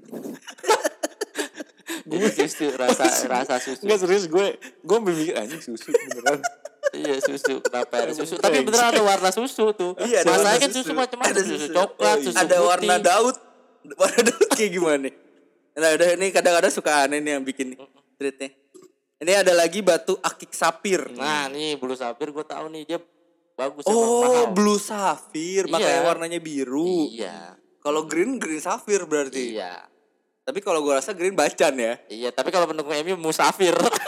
Jadi susu rasa rasa susu. Enggak serius gue gue mikir anjing susu beneran. Iya susu, kenapa ada susu? Tapi beneran ada warna susu tuh. Iya, ada Masalahnya warna kan susu susu. macam-macam, Ada susu susu. coklat, Oh, iya. susu Ada putih. warna Daud. Warna Daud kayak gimana? Nah, udah ini kadang-kadang suka aneh nih yang bikin treatnya. Ini ada lagi batu akik sapir. Nah, nih bulu sapir gue tahu nih dia bagus emang Oh, mahal. blue sapphire, Iya. makanya warnanya biru. Iya. Kalau green, green sapphire berarti. Iya. Tapi kalau gue rasa green bacan ya. Iya, tapi kalau pendukung M U musafir.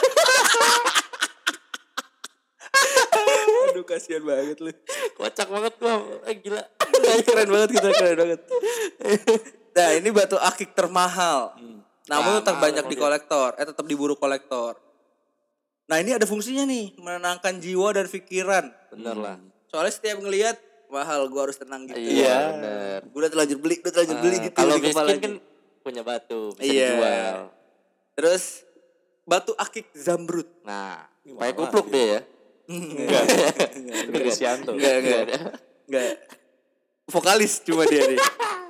Aduh, kasihan banget lu. Kocak banget gua. Eh, gila. Keren banget kita, keren banget. Nah, ini batu akik termahal. Namun Ah, terbanyak mahal di emang kolektor, eh tetap diburu kolektor. Nah, ini ada fungsinya nih, menenangkan jiwa dan pikiran. Bener lah. Soalnya setiap ngelihat mahal, gue harus tenang gitu. Iya, bener. Gue udah terlanjur beli, udah terlanjur beli Ah, gitu kalau di kepala. miskin kan punya batu, bisa Iya. dijual. Terus batu akik zamrud. Nah, Ini pakai mahal kupluk ya. dia ya. Enggak. Kristianto. Enggak, enggak. Enggak. Vokalis cuma dia nih.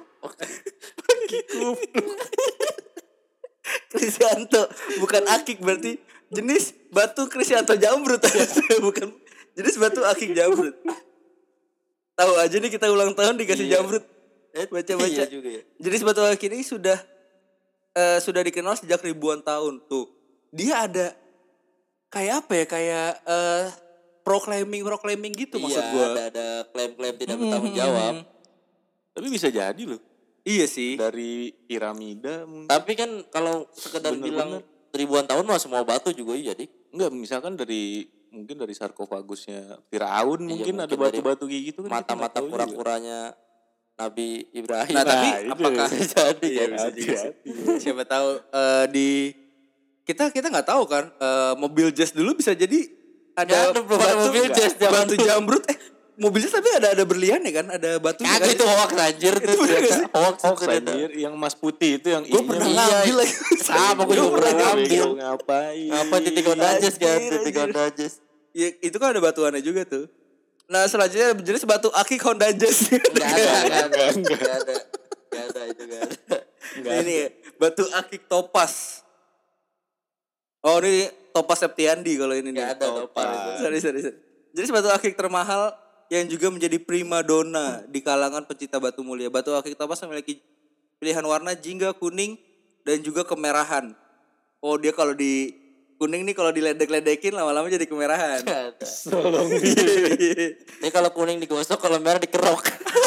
Kristianto, bukan akik berarti jenis batu Kristianto jamrut. Bukan jenis batu akik jamrut. Tahu aja nih kita ulang tahun dikasih Iya. jamrut. Eh, baca-baca. Iya juga ya. Jenis batu akik ini sudah eh, sudah dikenal sejak ribuan tahun. Tuh, dia ada kayak apa ya? Kayak eh, proclaiming proclaiming gitu maksud Iya, gua. ada ada klaim-klaim tidak bertanggung jawab. Tapi bisa jadi loh. Iya sih. Dari piramida mungkin. Tapi kan kalau sekedar Bener-bener. bilang ribuan tahun mah semua batu juga iya, Dik. Enggak, misalkan dari mungkin dari sarkofagusnya Firaun Iya, mungkin ada mungkin batu-batu kayak gitu kan. kita nggak Mata-mata tahu juga. kura-kuranya Nabi Ibrahim. Nah, tapi Nah, itu apakah ya. jadi Iya, kan? bisa juga sih. Hati-hati. Siapa tahu eh, di kita kita nggak tahu kan eh, mobil jazz dulu bisa jadi ada, Nggak ada, belum ada mobil jazz zaman batu dulu. jamrut eh mobil jazz tapi ada ada berliannya kan ada batunya kan. Kagak itu hoax anjir tuh. Itu bener nggak sih? Hoax Hoax itu. anjir, yang emas putih itu yang Gue ininya pernah iya. ngambil lagi. Sama, gue juga pernah ngambil. Ngapain? Apa titik ondajes kan? Anjir, Titik anjir. ondajes. Ya, itu kan ada batuannya juga tuh. Nah selanjutnya jenis batu akik Honda Jazz. Enggak ada, enggak ada, enggak ada. Enggak ada itu enggak ada. Nah, ini ya, batu akik topas. Oh ini topas Septiandi kalau ini nih. Enggak ada topar itu. Sorry, sorry, sorry. Jadi batu akik termahal yang juga menjadi primadona di kalangan pecinta batu mulia. Batu akik topas memiliki pilihan warna jingga, kuning, dan juga kemerahan. Oh dia kalau di kuning nih kalau diledek-ledekin lama-lama jadi kemerahan. Enggak ada. Tolong Ini kalau kuning digosok, kalau merah dikerok.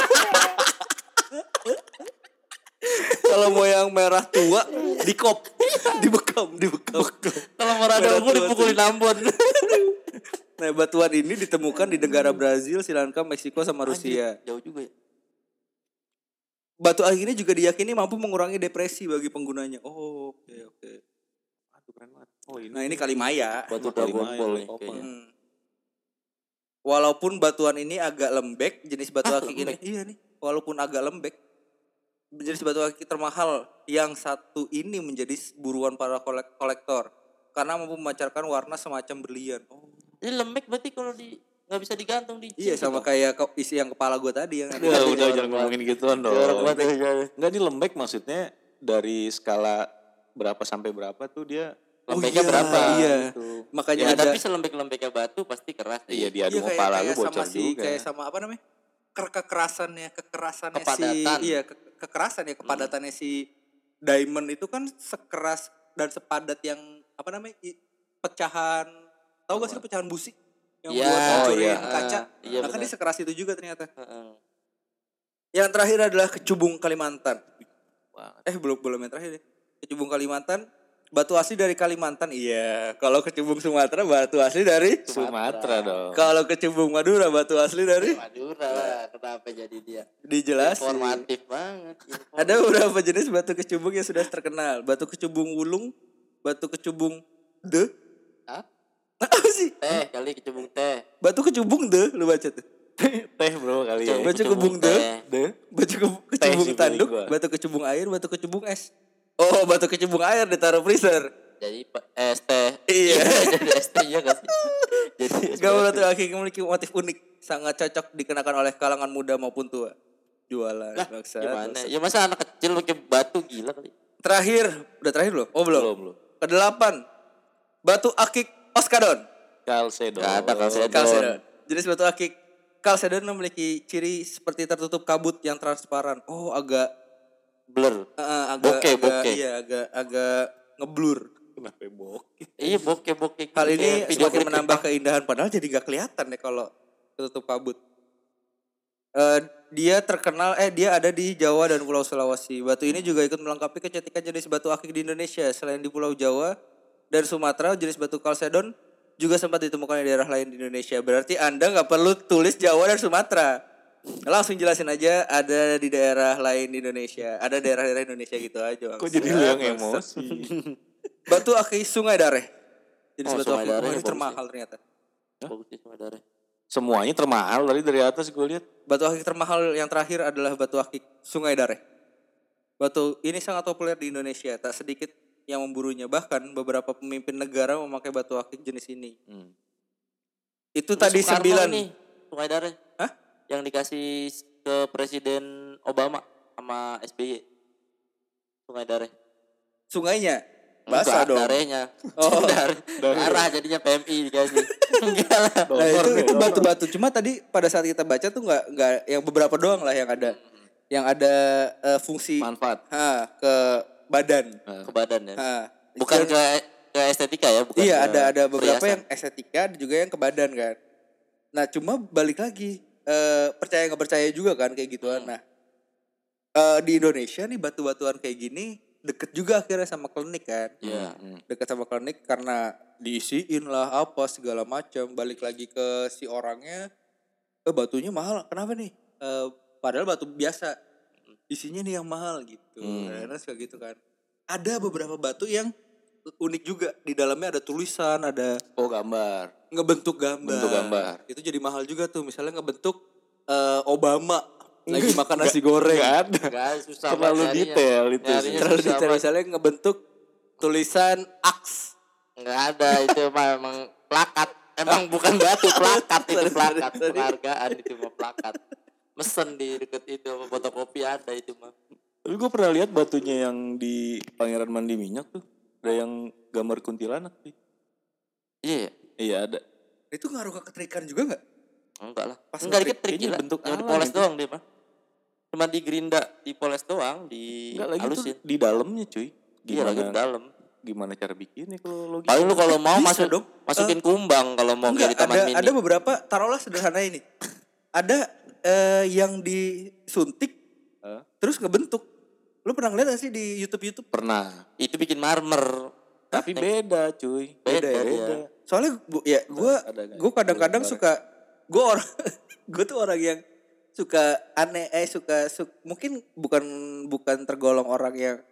Kalau mau yang merah tua dikop, dibekam, dibekam. Kalau merah Merah ungu tua dipukulin Ambon. Nah batuan ini ditemukan di negara Brazil, Sri Lanka, Meksiko, sama Rusia. Jauh juga ya. Batu akik ini juga diyakini mampu mengurangi depresi bagi penggunanya. Oh oke oke. Aduh, keren Oh ini. Nah ini Kalimaya. Batu Kali Dragon Maya, Ball Kali nih Kopang. kayaknya. Hmm. Walaupun batuan ini agak lembek, jenis batu Ah, akik ini, lembek. iya nih, walaupun agak lembek, jenis batu akik termahal yang satu ini menjadi buruan para kolek- kolektor karena mampu memancarkan warna semacam berlian. Oh. Ini lembek berarti kalau di nggak bisa digantung di Iya cincin sama dong. kayak ke- isi yang kepala gue tadi yang Udah, Iya, udah jorok jangan ngomongin gituan dong. Jorok banget ya. Enggak ini lembek maksudnya dari skala berapa sampai berapa tuh dia Lembeknya iya, berapa? Iya. gitu. Makanya Ya, ada tapi selembek-lembeknya batu pasti keras. Iya sih. diadu iya, sama kayak, kepala lu kayak bocor sama si juga. kayak sama apa namanya? Ke- kekerasannya, kekerasannya Kepadatan. si iya, ke- kekerasan ya, kepadatannya si diamond itu kan sekeras dan sepadat yang apa namanya? i- pecahan. Tahu gak sih lu pecahan busi yang Iya, buat hancurin oh iya. kaca? Iya, nah kan benar. dia sekeras itu juga ternyata. Heeh. Yang terakhir adalah Kecubung Kalimantan. Banget. Eh belum belum yang terakhir deh. Kecubung Kalimantan, batu asli dari Kalimantan. Iya, kalau Kecubung Sumatera batu asli dari Sumatera dong. Kalau Kecubung Madura batu asli dari Madura lah, kenapa jadi dia? dijelasin. Informatif banget. Informatif. Ada beberapa jenis batu kecubung yang sudah terkenal. Batu kecubung wulung, batu kecubung de. Hah? Apa sih? Teh kali kecubung teh. Batu kecubung de, lu baca tuh. Teh bro kali ya. Batu kecubung de, Deh. batu ke- Teh kecubung sih tanduk, feeling gua. batu kecubung air, batu kecubung es. Oh, batu kecubung air ditaruh freezer. Jadi pa- es teh. Iya. Jadi es teh iya gak sih? Jadi es Gaun batu. batu akik memiliki motif unik, sangat cocok dikenakan oleh kalangan muda maupun tua. Jualan, Lah, bangsat, gimana? bangsat. Ya masa anak kecil pakai batu gila kali. Terakhir, udah terakhir loh? Oh belum. Belum belum. Kedelapan, batu akik Oskadon. Kalsedo. Gak ada kalsedo. Calcedon. Jenis batu akik Calcedon memiliki ciri seperti tertutup kabut yang transparan. Oh, agak Blur. uh, agak Bokeh, agak, bokeh. Iya, agak agak ngeblur. Kenapa bokeh? Iya bokeh-bokeh. Hal ini Kayak video semakin klip menambah Jepang. keindahan padahal jadi gak kelihatan deh kalau tertutup kabut. Eh, dia terkenal eh dia ada di Jawa dan Pulau Sulawesi. Batu ini juga ikut melengkapi kecantikan jenis batu akik di Indonesia. Selain di Pulau Jawa dan Sumatera, jenis batu Calcedon juga sempat ditemukan di daerah lain di Indonesia. Berarti Anda nggak perlu tulis Jawa dan Sumatera. Langsung jelasin aja ada di daerah lain di Indonesia. Ada daerah-daerah Indonesia gitu aja. Kok jadi lu yang emosi? Batu akik Sungai Dareh. Jadi Oh, batu Sungai akik Dareh oh, ini bagus termahal ternyata. Bagus sih sama darah. Semuanya termahal tadi dari atas gue lihat. Batu akik termahal yang terakhir adalah batu akik Sungai Dareh. Batu ini sangat populer di Indonesia. Tak sedikit yang memburunya. Bahkan beberapa pemimpin negara memakai batu akik jenis ini. Hmm. Itu Terus tadi Soekarno sembilan. nih, Sungai Dareh. Hah? Yang dikasih ke Presiden Obama sama S B Y. Sungai Dareh. Sungainya. Basah Enggak, dong. darahnya. Oh, Darah. Darah jadinya P M I dikasih. Enggak lah. Nah, itu itu batu-batu. Cuma tadi pada saat kita baca tuh nggak nggak yang beberapa doang lah yang ada. Yang ada eh, fungsi Manfaat. ha, ke badan. Ke badan ya. Ha. Bukan Yang- ke ke estetika ya, bukan. Iya ke ada ada beberapa perhiasan. yang estetika dan juga yang ke badan kan. Nah cuma balik lagi eh, percaya nggak percaya juga kan kayak gituan. Hmm. Nah eh, di Indonesia nih batu-batuan kayak gini deket juga akhirnya sama klinik kan. Iya. Hmm. Deket sama klinik karena diisiin lah apa segala macam. Balik lagi ke si orangnya, eh batunya mahal. Kenapa nih? Eh, padahal batu biasa. Isinya nih yang mahal gitu. Hmm. Karena suka gitu kan. Ada beberapa batu yang unik juga. Di dalamnya ada tulisan, ada Oh gambar. ngebentuk gambar. Bentuk gambar. Itu jadi mahal juga tuh. Misalnya ngebentuk eh, Obama lagi makan nasi goreng. Gak ada. Enggak susah Terlalu banget nyarinya. detail itu sih. Nyarinya Terlalu susah detail. banget. Misalnya ngebentuk tulisan aks. Enggak ada itu mah emang plakat. Emang bukan batu, plakat itu Sorry, plakat. sorry, sorry. Penghargaan itu mah plakat. Mesen di deket itu apa fotokopi ada itu mah. Tapi gue pernah lihat batunya yang di Pangeran Mandi Minyak tuh. Ada yang gambar kuntilanak sih. Iya, ya? Iya ada. Itu ngaruh ke keterikan juga gak? Enggak lah. Pas Enggak ngetrik, dikit trik kayaknya gila. bentuk Yang alam dipoles itu. doang dia mah. Cuma di gerinda, dipoles doang, di Enggak lagi tuh halusin. di dalamnya cuy. Iya lagi di dalam. Gimana cara bikinnya kalau lo Paling lu kalau mau Bisa masuk dong. masukin kumbang kalau mau kayak Enggak, di taman ada mini. ada beberapa taruhlah sederhana ini. Ada eh, yang disuntik Hah? terus ngebentuk. Lu pernah ngeliat gak sih di YouTube-YouTube? Pernah. Itu bikin marmer. Tapi beda cuy. Beda ya, Beda. dia. Soalnya gua, ya gue ada nggak gue ya? kadang-kadang Boleh, suka gue orang gue tuh orang yang suka aneh eh suka su- mungkin bukan bukan tergolong orang yang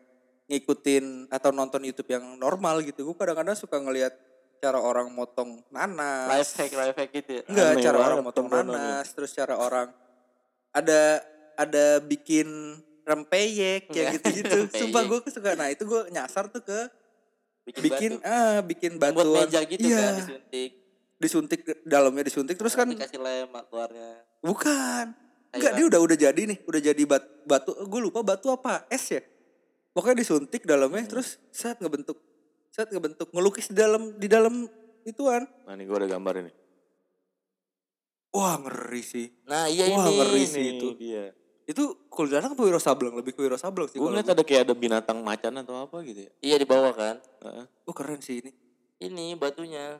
ngikutin atau nonton YouTube yang normal gitu. Gue kadang-kadang suka ngelihat cara orang motong nanas. Life hack, life hack gitu ya. Enggak, Aneh cara banget orang motong tontonannya. nanas, terus cara orang ada ada bikin rempeyek ya Enggak, gitu-gitu. rempeyek. Sumpah gue suka. Nah, itu gue nyasar tuh ke Bikin, bikin batu. ah bikin Buat batuan. meja gitu Iya, kan disuntik. disuntik dalamnya disuntik terus kan Dikasih lem keluarnya. bukan. Enggak, Ayo, dia udah udah jadi nih, udah jadi bat, batu. Gue lupa batu apa, es ya. Pokoknya disuntik dalamnya Hmm. terus saat ngebentuk. Saat ngebentuk ngelukis di dalam di dalam ituan. Nah ini gue ada gambar ini. Wah, ngeri sih. Nah iya Wah, ini. ngeri sih Ini itu. dia. Itu kuntilanak apa Wiro Sableng? Lebih ke Wiro Sableng sih Gue kalau ngeliat gua. ada kayak ada binatang macan atau apa gitu ya. Iya di bawah kan. Heeh. Oh, keren sih ini. Ini batunya.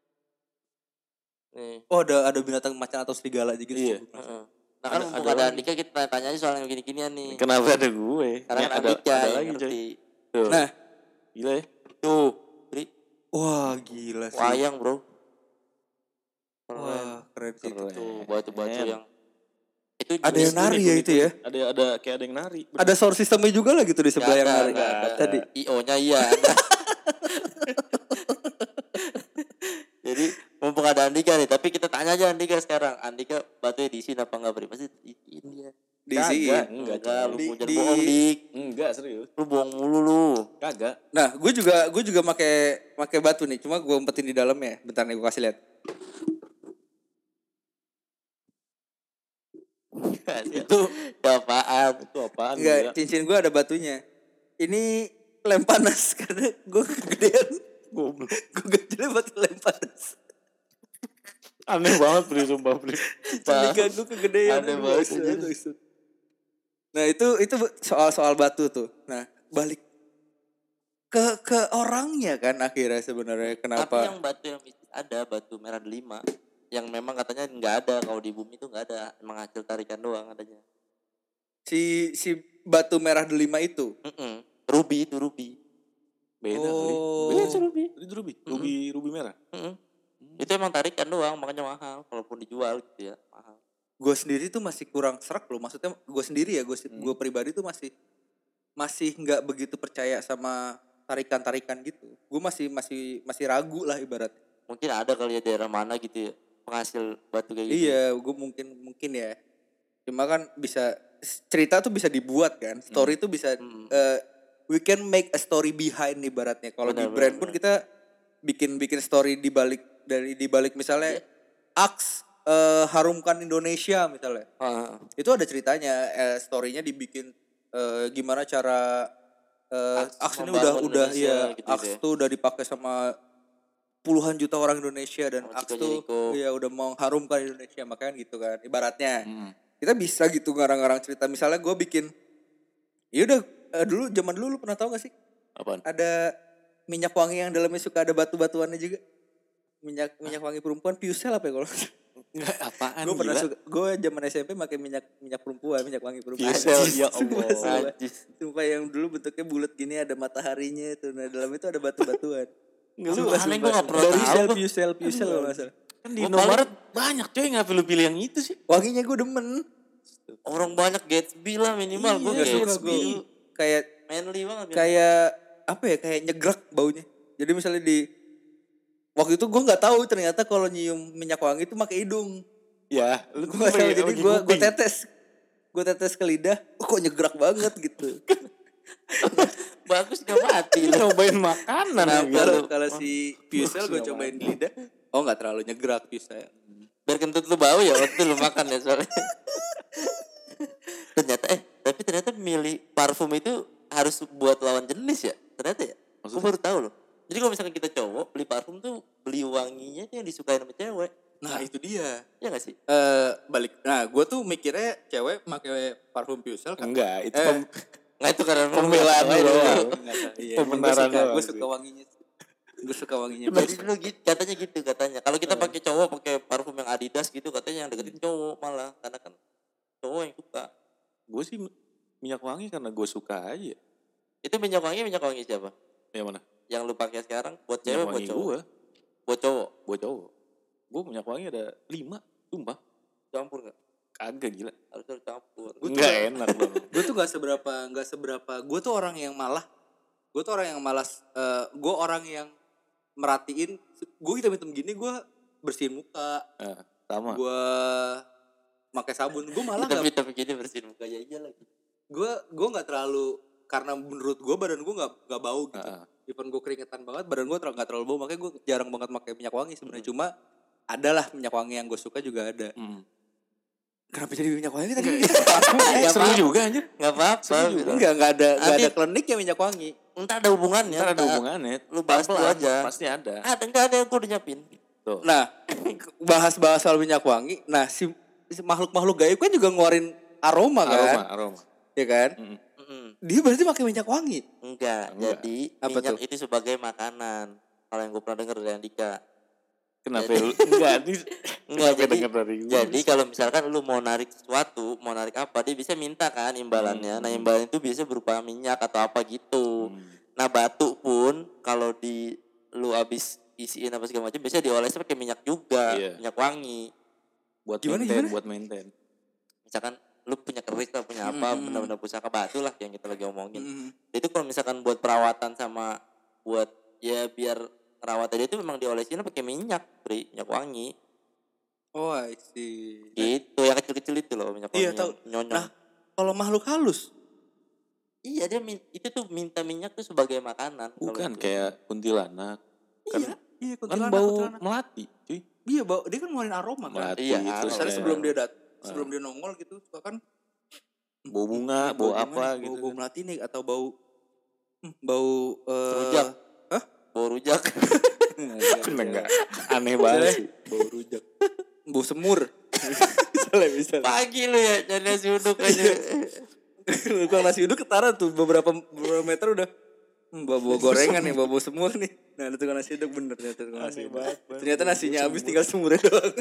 Nih. Oh, ada ada binatang macan atau serigala juga Iya. sih. Heeh. Nah kan Ada- mumpung ada ada lagi. Andika kita tanya-tanya aja soal yang gini-ginian nih. Kenapa ada gue? Karena Ini kan ada, Andika ada yang lagi coy. ngerti. Tuh. Nah, Gila ya. Tuh, Bri. wah gila sih. Wayang bro. Keren. Wah, keren sih itu. Keren. Tuh batu-batu yang itu Ada jenis yang nari Unik, ya unik, itu ya. unik. Ada ada kayak ada yang nari. Ada sound systemnya juga lah gitu di Nggak sebelah yang ada, nari. nggak ada. Tadi. I O-nya iya ada. Jadi mumpung ada Andika nih, tapi kita tanya aja Andika sekarang. Andika batunya diisiin apa enggak Bri? Pasti diisiin dia. Diisiin. Kagak, Enggak, enggak, lu Di- jangan di- bohong dik. Enggak serius. Lu bohong mulu lu. Kagak. Nah, gue juga gue juga pakai pakai batu nih. Cuma gue umpetin di dalamnya. Bentar nih gue kasih lihat. Itu apaan? Itu apaan Enggak, gila? cincin gue ada batunya. Ini lem panas karena gue kegedean. Goblok. Gue gajinya pakai lem panas. Aneh banget Bri, sumpah Bri. Cincin gue kegedean. Aneh Aduh, banget, Ustaz, anjir. Ustaz. Nah, itu itu soal-soal batu tuh. Nah, balik ke ke orangnya kan akhirnya sebenarnya Tapi kenapa yang batu yang mistis ada batu merah delima yang memang katanya nggak ada kalau di bumi itu nggak ada, emang hasil tarikan doang adanya. si si batu merah delima itu. Mm-mm. Ruby itu ruby. Beda Oh. kali. Beda sih ruby. Itu ruby. Ruby, ruby merah. Mm-mm. Itu emang tarikan doang makanya mahal kalaupun dijual gitu ya mahal. Gue sendiri tuh masih kurang serak loh. Maksudnya gue sendiri ya, gue Hmm. gue pribadi tuh masih masih nggak begitu percaya sama tarikan-tarikan gitu. Gue masih masih masih ragu lah ibaratnya. Mungkin ada kali ya daerah mana gitu ya penghasil batu kayak gitu. Iya, gue mungkin mungkin ya. Cuma kan bisa cerita tuh bisa dibuat kan. Story tuh bisa Hmm. eh, we can make a story behind ibaratnya. Kalau di Benar, brand benar, pun benar. kita bikin bikin story di balik dari di balik misalnya Iya. Aks eh, harumkan Indonesia misalnya. Ah, Itu ada ceritanya, eh, story-nya dibikin eh, gimana cara eh, Aks Aks ini udah membangun udah Indonesia ya gitu Aks ya. tuh udah dipakai sama puluhan juta orang Indonesia dan Sama Aks Chico tuh Jericho. ya udah mengharumkan Indonesia makanya gitu kan ibaratnya. Hmm. Kita bisa gitu ngarang-ngarang cerita misalnya gue bikin ya udah eh, dulu zaman dulu lu pernah tahu gak sih Apaan? ada minyak wangi yang dalamnya suka ada batu-batuannya juga. Minyak minyak wangi perempuan Piusel apa ya kalau Enggak apaan gue pernah gila. suka gue zaman S M P pakai minyak minyak perempuan minyak wangi perempuan. Piusel, ya Sumpah, Allah. sumpah. Najis. Sumpah yang dulu bentuknya bulat gini ada mataharinya itu nah dalam itu ada batu-batuan. Enggak lu Sumpah, aneh, gua nggak pernah Dari tahu sel gua. Piusel Piusel kalau nggak salah. kan di Gua Indomaret banyak coy, ngapa lu pilih yang itu sih? Wanginya gue demen. Orang banyak Gatsby lah minimal. Gue Iya, sumpah Gatsby. gua. Kayak Manly banget. ya. kayak apa ya kayak nyegrak baunya. Jadi misalnya di waktu itu gue nggak tahu ternyata kalau nyium minyak wangi itu pakai hidung. Ya, lu Gue nggak tahu jadi lagi gue gue nguping. tetes gue tetes ke lidah. Oh, kok nyegrak banget gitu. Bagus gak mati. Lu nyobain makanan Nah, ya, kalau gitu. kalau si Piusel gue cobain di lidah. Oh nggak terlalu nyegrak Piusel. Biar kentut lu bau ya waktu lu makan ya soalnya. Ternyata eh tapi ternyata milih parfum itu harus buat lawan jenis ya. Ternyata ya. Gue baru tahu loh. Jadi kalau misalkan kita cowok beli parfum tuh beli wanginya tuh yang disukain sama cewek. Nah itu dia. Iya gak sih? Eh balik. Nah gue tuh mikirnya cewek pakai parfum Piusel kan. Enggak, itu Eh, pem- Nggak itu karena Pembelaan lu doang. Iya, Pembenaran gue suka, doang gue sih. suka wanginya. Gue suka wanginya. Jadi dulu gitu, katanya gitu katanya. Kalau kita pakai cowok pakai parfum yang Adidas gitu katanya yang deketin cowok malah karena kan cowok yang suka. gue sih minyak wangi karena gue suka aja. Itu minyak wangi minyak wangi siapa? Yang mana? Yang lu pakai sekarang buat Minyak cewek buat wangi cowok. gue, Buat cowok. buat cowok. Gue minyak wangi ada lima, sumpah. Campur enggak? Kagak gila. Harusnya campur. Gua tuh Enggak nggak- enak dong. Gue tuh gak seberapa, gak seberapa. Gue tuh orang yang malah gue tuh orang yang malas. Uh, gue orang yang merhatiin. Gue hitam-hitam gini gue bersihin muka. Eh, sama. Gue pakai sabun. Gue malah Tapi nggak. tapi gini bersihin muka aja lagi. Gue gue nggak terlalu, karena menurut gue badan gue nggak nggak bau gitu. Uh-uh. Even gue keringetan banget, badan gue nggak terlalu bau. Makanya gue jarang banget pakai minyak wangi sebenarnya. Hmm. Cuma adalah minyak wangi yang gue suka juga ada. Hmm. Kenapa jadi minyak wangi tadi? Eh, seru juga anjir. Enggak apa-apa. Enggak, enggak ada enggak ada kliniknya minyak wangi. Entar ada hubungannya. Entar ada hubungannya. Lu bahas dulu aja. Pasti ada. Ada enggak ada yang gue udah nyiapin. Tuh. Nah, bahas-bahas soal minyak wangi. Nah, si, si makhluk-makhluk gaib kan juga ngeluarin aroma kan? Aroma, aroma. Ya kan? Mm-mm. Dia berarti pakai minyak wangi. Enggak, Enggak. jadi Apa minyak tuh? itu sebagai makanan. Kalau yang gue pernah dengar dari Andika. Kenapa Jadi- lu? Enggak, ini Enggak, kenapa jadi denger dari gue? jadi kalau misalkan lu mau narik sesuatu, mau narik apa, dia bisa minta kan imbalannya. Nah, imbalan itu biasanya berupa minyak atau apa gitu. Hmm. Nah, batu pun kalau di lu habis isiin apa segala macam biasanya diolesnya pakai minyak juga, Iya. minyak wangi. buat Gimana, maintain, gimana? buat maintain. Misalkan lu punya keris atau punya apa, Hmm. benda-benda pusaka batu lah yang kita lagi omongin. Hmm. Itu kalau misalkan buat perawatan sama buat ya biar perawatan dia itu memang diolesin pakai minyak, Pri, minyak wangi. Oh, I see. Itu yang kecil-kecil itu loh minyak wangi. Iya, tahu. yang nyonyong. Nah, kalau makhluk halus, Iya dia min- itu tuh minta minyak tuh sebagai makanan. kalau Bukan itu. kayak kuntilanak. Kan, iya, iya kan kuntilanak, bau kuntilanak. melati, cuy. Iya, bau. Dia kan ngeluarin aroma kan. Melati Iya, itu. aroma. Misalnya kayak sebelum dia dat, sebelum dia nongol gitu, suka kan bau bunga, bau, bunga apa nih, gitu. bau, bau melati nih atau bau hmm, bau eh, Rujak. Hah? Bau rujak. Bener enggak? Aneh banget sih, bau rujak. Bau semur. Misalnya, misalnya. Pagi lu ya nyari nasi uduk aja. Kalau nasi uduk ketara tuh beberapa beberapa meter udah hmm, bau bau gorengan nih, bau bau semur nih. Nah, itu tukang nasi uduk bener ternyata tukang nasi Aneh uduk. banget, Ternyata nasinya habis tinggal semurnya doang.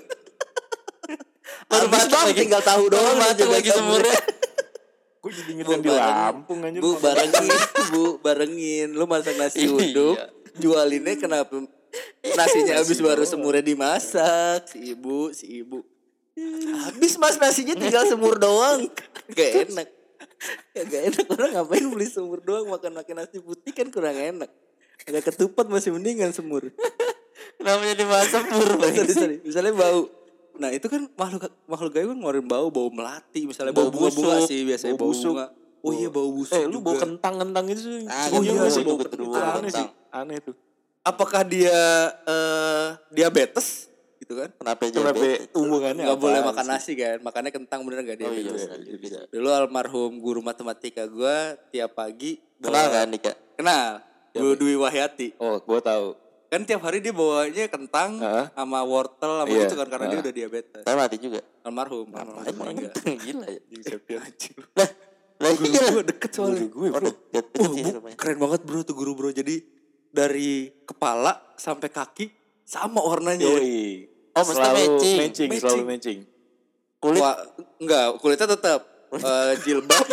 Baru Habis masak bang, lagi. tinggal tahu Baru doang masak juga lagi semurnya. Gue jadi inget Bu, yang di bareng. Lampung anjir. Bu barengin, bu barengin. Lu masak nasi uduk, Iya. jualinnya kenapa nasinya habis baru semurnya dimasak, si ibu, si ibu. Habis mas nasinya tinggal semur doang. Gak enak. Ya gak enak, orang ngapain beli semur doang makan makan nasi putih kan kurang enak. Ada ketupat masih mendingan semur. Namanya dimasak bur. Sorry, sorry. Misalnya bau. Nah itu kan makhluk makhluk gaib kan ngeluarin bau, bau melati, misalnya bau, Bau bunga-bunga busuk. sih biasanya Bau bau, busuk. bunga. Oh iya bau busuk. Eh, lu bau juga. kentang-kentang itu sih. Ah, Oh gitu, iya bau sih, itu bau betul, kentang. bau Aneh kentang. sih, aneh tuh. Apakah dia eh, diabetes gitu kan? Kenapa Kenapa diabetes? hubungannya Nggak boleh apaan makan sih? nasi kan? Makannya kentang bener nggak Oh iya, diabetes? benar juga. Dulu almarhum guru matematika gue tiap pagi Kenal bawa- kan Nika? Kenal. Bu Dwi Wahyati. Oh, gue tahu. Kan tiap hari dia bawanya kentang Heeh. sama wortel sama Iya, gitu kan karena dia heeh. udah diabetes. Saya mati juga. Almarhum. almarhum Emang meninggal. gila ya. Di Septian anjing. Lah, lah Guru iya. gue deket soalnya. Guru gue, Oh, bro. deket, deket Wah, sih bu, rumahnya. keren banget bro tuh guru bro. Jadi dari kepala sampai kaki sama warnanya. Yoi. Oh, maksudnya Selalu matching. matching, selalu Matching. matching. Kulit Wah, enggak, kulitnya tetap eh, jilbab,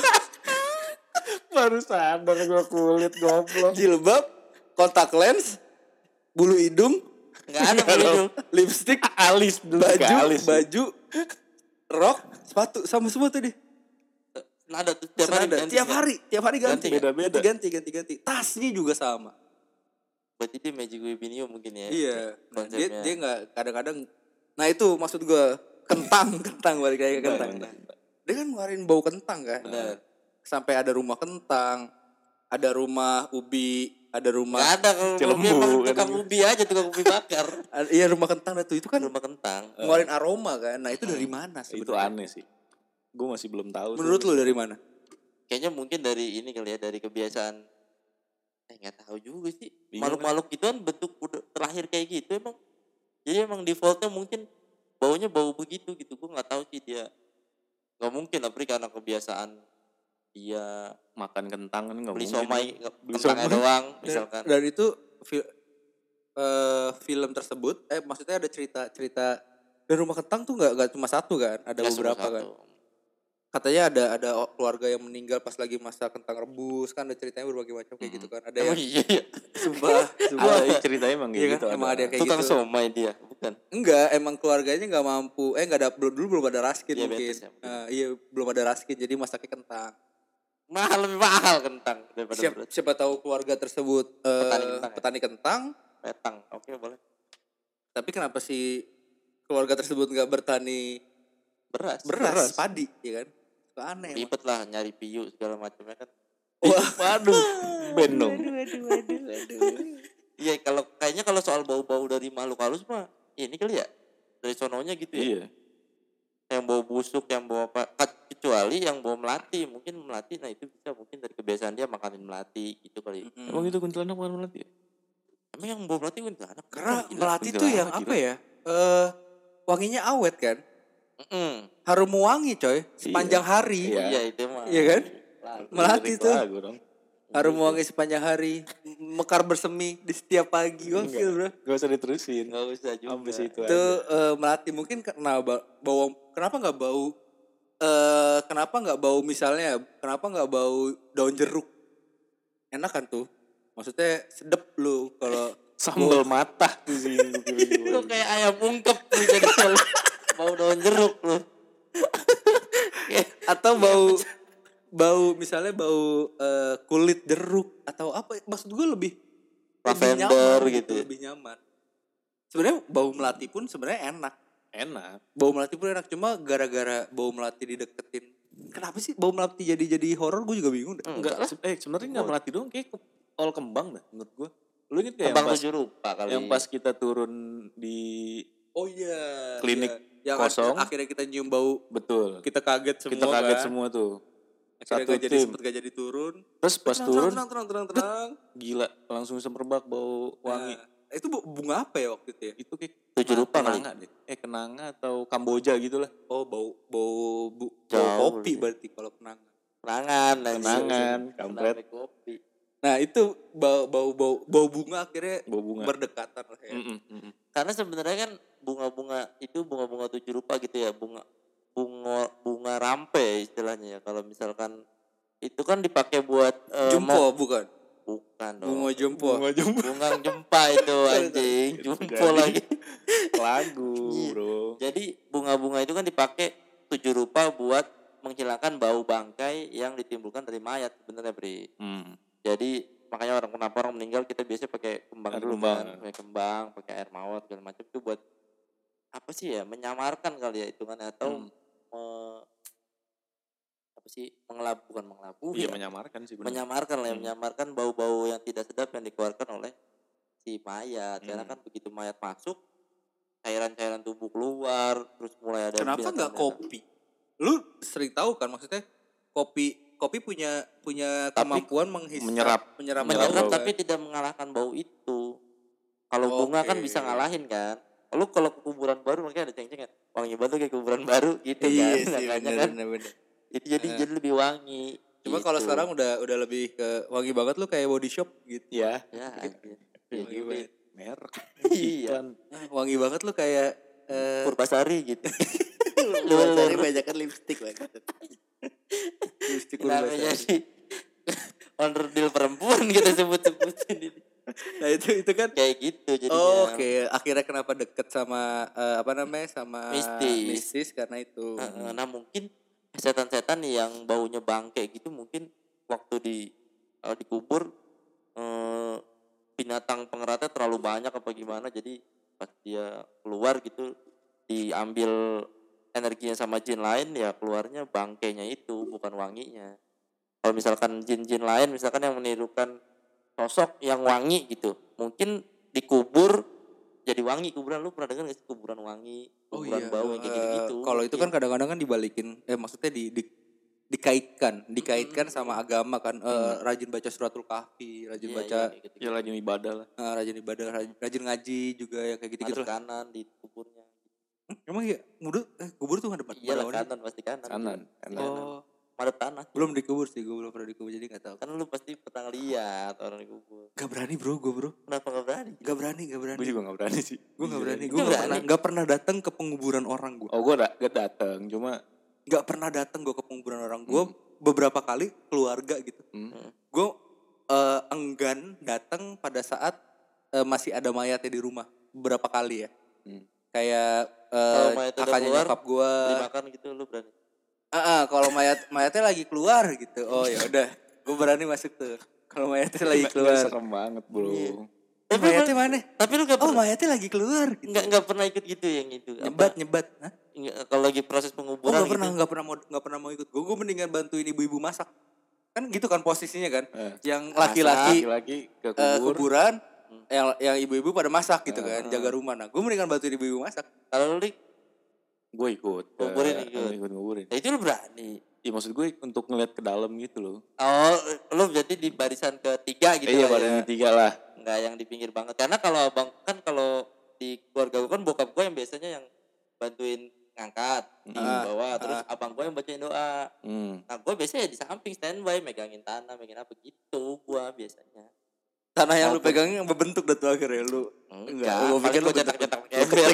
Baru sadar gue kulit goblok. jilbab, kontak lens, bulu hidung, enggak ada pelindung. lipstick, Alis dulu, baju, ke alis. baju, rok, sepatu, sama semua tuh deh. Nada tuh tiap hari Senada. ganti, tiap kan? hari, tiap hari ganti. Ganti, beda-beda. Ganti, ganti, ganti, ganti. Tasnya juga sama. Berarti dia Magic Webinio mungkin ya. Iya. Nah, dia Konsepnya. dia nggak kadang-kadang. Nah itu maksud gue kentang, kentang balik lagi ke kentang. Benar, benar. Dia kan ngeluarin bau kentang kan. Benar. Sampai ada rumah kentang, ada rumah ubi, ada rumah. Enggak ada kalau Cilembu, ubi emang kan. tukang ubi aja, tukang ubi bakar. Ada- Iya rumah kentang itu itu kan Rumah kentang. ngeluarin aroma kan. Nah itu dari mana Itu sebenarnya? aneh sih. Gue masih belum tahu. Menurut tuh. lu dari mana? Kayaknya mungkin dari ini kali ya, dari kebiasaan. Eh nggak tahu juga sih. Bingung Makhluk-makhluk itu kan bentuk udah terakhir kayak gitu emang. Jadi emang defaultnya mungkin baunya bau begitu gitu. Gue nggak tahu sih dia. Nggak mungkin tapi karena kebiasaan dia makan kentang kan nggak beli mungkin. somai Beli kentangnya somai. doang Dan, misalkan. dan itu fi- eh, film tersebut, eh maksudnya ada cerita cerita dan rumah kentang tuh nggak nggak cuma satu kan, ada Nggak semua beberapa kan. satu. Katanya ada ada keluarga yang meninggal pas lagi masa kentang rebus kan, ada ceritanya berbagai macam kayak gitu kan. Ada Emang yang iya, iya. sumpah, sumpah. Ada ceritanya emang kayak Iya kan, gitu. emang ada yang kayak Tukang gitu. somai dia, bukan. Enggak, emang keluarganya nggak mampu. Eh nggak ada belum dulu belum ada raskin Diabetes mungkin. ya, mungkin. Nah, iya belum ada raskin jadi masaknya kentang. Mahal lebih mahal kentang daripada Siap, beras. siapa tahu keluarga tersebut eh, Petani kentang ya? petani kentang, Petang. Oke, boleh. tapi kenapa sih keluarga tersebut nggak bertani Beras. beras, padi, ya kan? Suka aneh. emang. Ribet lah nyari piu segala macamnya kan. Wah, Waduh, ben dong. Iya, kalau kayaknya kalau soal bau-bau dari makhluk halus mah ini kali ya. Dari sononya gitu ya. Iya. Yang bau busuk, yang bau apa? Kecuali yang bau melati, mungkin melati nah itu bisa mungkin dari kebiasaan dia makanin melati gitu kali. Mm. Emang itu kuntilanak bukan melati ya? Emang yang bau melati kan anak. Karena Gila. melati gila, tuh yang gila. apa ya? Eh wanginya awet kan? Mm-mm. Harum wangi coy, sepanjang hari. Iya. Iya itu mah. Iya kan? Lagu. Melati Lirik tuh. lagu dong. Harum wangi sepanjang hari, mekar bersemi di setiap pagi. Gokil bro. Gak usah diterusin. Nggak usah juga. Abis itu Itu aja. eh, melati mungkin karena ba- bau, kenapa nggak bau? eh kenapa nggak bau misalnya? Kenapa nggak bau daun jeruk? Enak kan tuh? Maksudnya sedep lu kalau Sambal mata tuh sih. Lu kayak ayam ungkep lu jadi kalau bau daun jeruk lu. atau bau bau misalnya bau eh, kulit jeruk atau apa? Maksud gue lebih Lavender lebih nyaman gitu ya. lebih nyaman. Sebenarnya bau melati pun sebenarnya enak. Enak. Bau melati pun enak, cuma gara-gara bau melati dideketin. Kenapa sih bau melati jadi jadi horor? Gue juga bingung deh. Enggak, se- eh sebenarnya enggak melati doang, kayak ke- all kembang dah menurut gua. Lu inget kayak yang Kembang pas, tujuh rupa kali. yang pas kita turun di Oh iya. Klinik iya. Yang kosong. ak- akhirnya kita nyium bau, betul. kita kaget semua Kita kaget kan. semua tuh. Akhirnya Satu gak jadi tim. sempet gak jadi turun. Terus pas tenang, turun tenang, tenang, tenang, tenang. gila, langsung semerbak bau wangi. Nah, itu bu- bunga apa ya waktu itu ya? Itu kayak Tujuh rupa kali. kenanga deh. Eh kenanga atau Kamboja gitu lah. Oh bau bau bu, bau Jauh kopi lebih. berarti kalau kenanga. Kenangan, Kenangan, kampret. kopi. Nah itu bau bau bau bau bunga akhirnya Bau bunga. berdekatan lah ya. Mm-mm, mm-mm. Karena sebenarnya kan bunga-bunga itu bunga-bunga tujuh rupa gitu ya, bunga bunga bunga rampe istilahnya ya. Kalau misalkan itu kan dipakai buat eh, Jumpo mau- bukan? bukan dong. Bunga jumpo. Bunga jumbo. Bunga jempa itu anjing, jumpo Jadi. lagi. Lagu, Iya. bro. Jadi bunga-bunga itu kan dipakai tujuh rupa buat menghilangkan bau bangkai yang ditimbulkan dari mayat sebenarnya, Bri. Hmm. Jadi makanya orang kenapa orang meninggal kita biasanya pakai kembang Air dulu kembang. kan, pakai kembang, pakai air mawar segala macam itu buat apa sih ya? Menyamarkan kali ya hitungannya atau Hmm. me- apa sih? Mengelap bukan mengelabui. Iya ya. menyamarkan sih benar. menyamarkan lah, ya, Hmm. menyamarkan bau-bau yang tidak sedap yang dikeluarkan oleh si mayat. Karena Hmm. kan begitu mayat masuk, cairan-cairan tubuh keluar, terus mulai ada Kenapa nggak binatang-binatang. kopi? Lu sering tahu kan maksudnya kopi kopi punya punya Tapi kemampuan menghisap menyerap. menyerap, Menyerap bau, tapi kan? tidak mengalahkan bau itu. Kalau bunga kan Oke. bisa ngalahin kan. Lu kalau ke kuburan baru makanya ada ceng-cengan. Wangi banget kayak kuburan baru gitu Iya kan. sih Makanya bener, kan bener, bener. itu jadi Eh. jadi lebih wangi. Cuma gitu. kalau sekarang udah udah lebih ke wangi banget lu kayak body shop gitu. Ya. ya anjir. Iya Wangi juga. banget. Merek. Iya. Iklan. Ah, wangi banget lu kayak eh Purbasari gitu. lu cari banyak kan lipstick lah gitu. Lipstick Namanya Purbasari. sih onderdil perempuan kita sebut-sebutin ini. Nah itu itu kan Kayak gitu jadinya. oh, oke, akhirnya kenapa deket sama eh, apa namanya sama Mistis. mistis karena itu. Heeh, nah mungkin setan-setan yang baunya bangke gitu mungkin waktu di uh, dikubur eh, binatang pengeratnya terlalu banyak apa gimana, jadi pas dia keluar gitu diambil energinya sama jin lain, ya keluarnya bangkainya itu bukan wanginya. Kalau misalkan jin-jin lain misalkan yang menirukan sosok yang wangi gitu, mungkin dikubur jadi wangi kuburan. Lu pernah dengar gak sih kuburan wangi, Oh kuburan iya. bau yang kayak eh, gitu-gitu? Kalau itu Mungkin. kan kadang-kadang kan dibalikin, eh maksudnya di, di dikaitkan, dikaitkan sama agama kan. Eh, rajin baca suratul kahfi, rajin Iya, baca, iya, kayak gitu-gitu. Ya lagi ibadah lah. eh, rajin ibadah, rajin, rajin ngaji juga ya kayak gitu-gitu Madep lah. kanan di kuburnya. Emang ya, mudah eh, kubur tuh ada Iya lah pada kanan pasti kanan. Kanan. Kanan. Oh, Madep tanah. belum dikubur sih, gue belum pernah dikubur jadi nggak tahu. Kan lu pasti pernah lihat orang dikubur. Gak berani bro, gue bro, Kenapa gak berani? gak berani, gak berani. Gue juga gak berani sih. Gue gak berani, Lu gue gak berani? pernah, gak pernah datang ke penguburan orang gue. Oh gue da- gak dateng. Cuma Gak pernah datang gue ke penguburan orang. Gue beberapa kali keluarga gitu. hmm, Gue eh, enggan datang pada saat eh, masih ada mayatnya di rumah. Beberapa kali ya. hmm. Kayak Kalau eh mayatnya udah kakaknya keluar, nyokap gue. Beli makan gitu lu berani. Ah, ah, kalau mayat mayatnya lagi keluar gitu. Oh ya udah, gue berani masuk tuh. Kalau mayatnya lagi Nggak- keluar. nggak serem banget bro. Eh, Tapi mayatnya mana? Tapi lu gak Oh, pernah mayatnya lagi keluar gitu. nggak nggak pernah ikut gitu yang itu. Apa? Nyebat, nyebat. Hah? Nggak, kalau lagi proses Oh, penguburan nggak gitu. pernah, nggak pernah mau, nggak pernah mau ikut. Gue, gue mendingan bantuin ibu-ibu masak. Kan gitu kan posisinya kan. Eh, Yang masak, laki-laki Laki-laki ke eh, kubur. kuburan, yang yang ibu-ibu pada masak gitu kan, Eh, jaga rumah. Nah, gue mendingan bantuin ibu-ibu masak. Kalau lu Dik, Gue ikut. ke- Nguburin ikut. ikut nguburin. ya itu lu berani. Ya maksud gue untuk ngeliat ke dalam gitu loh. Oh, lu jadi di barisan ketiga gitu Eh, iya lah badan ya. ketiga lah. Nggak yang di pinggir banget. Karena kalau abang kan kalau di keluarga gue kan bokap gue yang biasanya yang bantuin ngangkat di Ah, bawah, terus ah. abang gue yang bacain doa. Hmm. Nah gue biasanya di samping standby, megangin tanah, megangin apa gitu gue biasanya. Tanah yang lu Walaupun- pegangin yang berbentuk dah tuh akhirnya lu. Enggak, Lu paling pikir lu gue cetak-cetak pakai lu ember.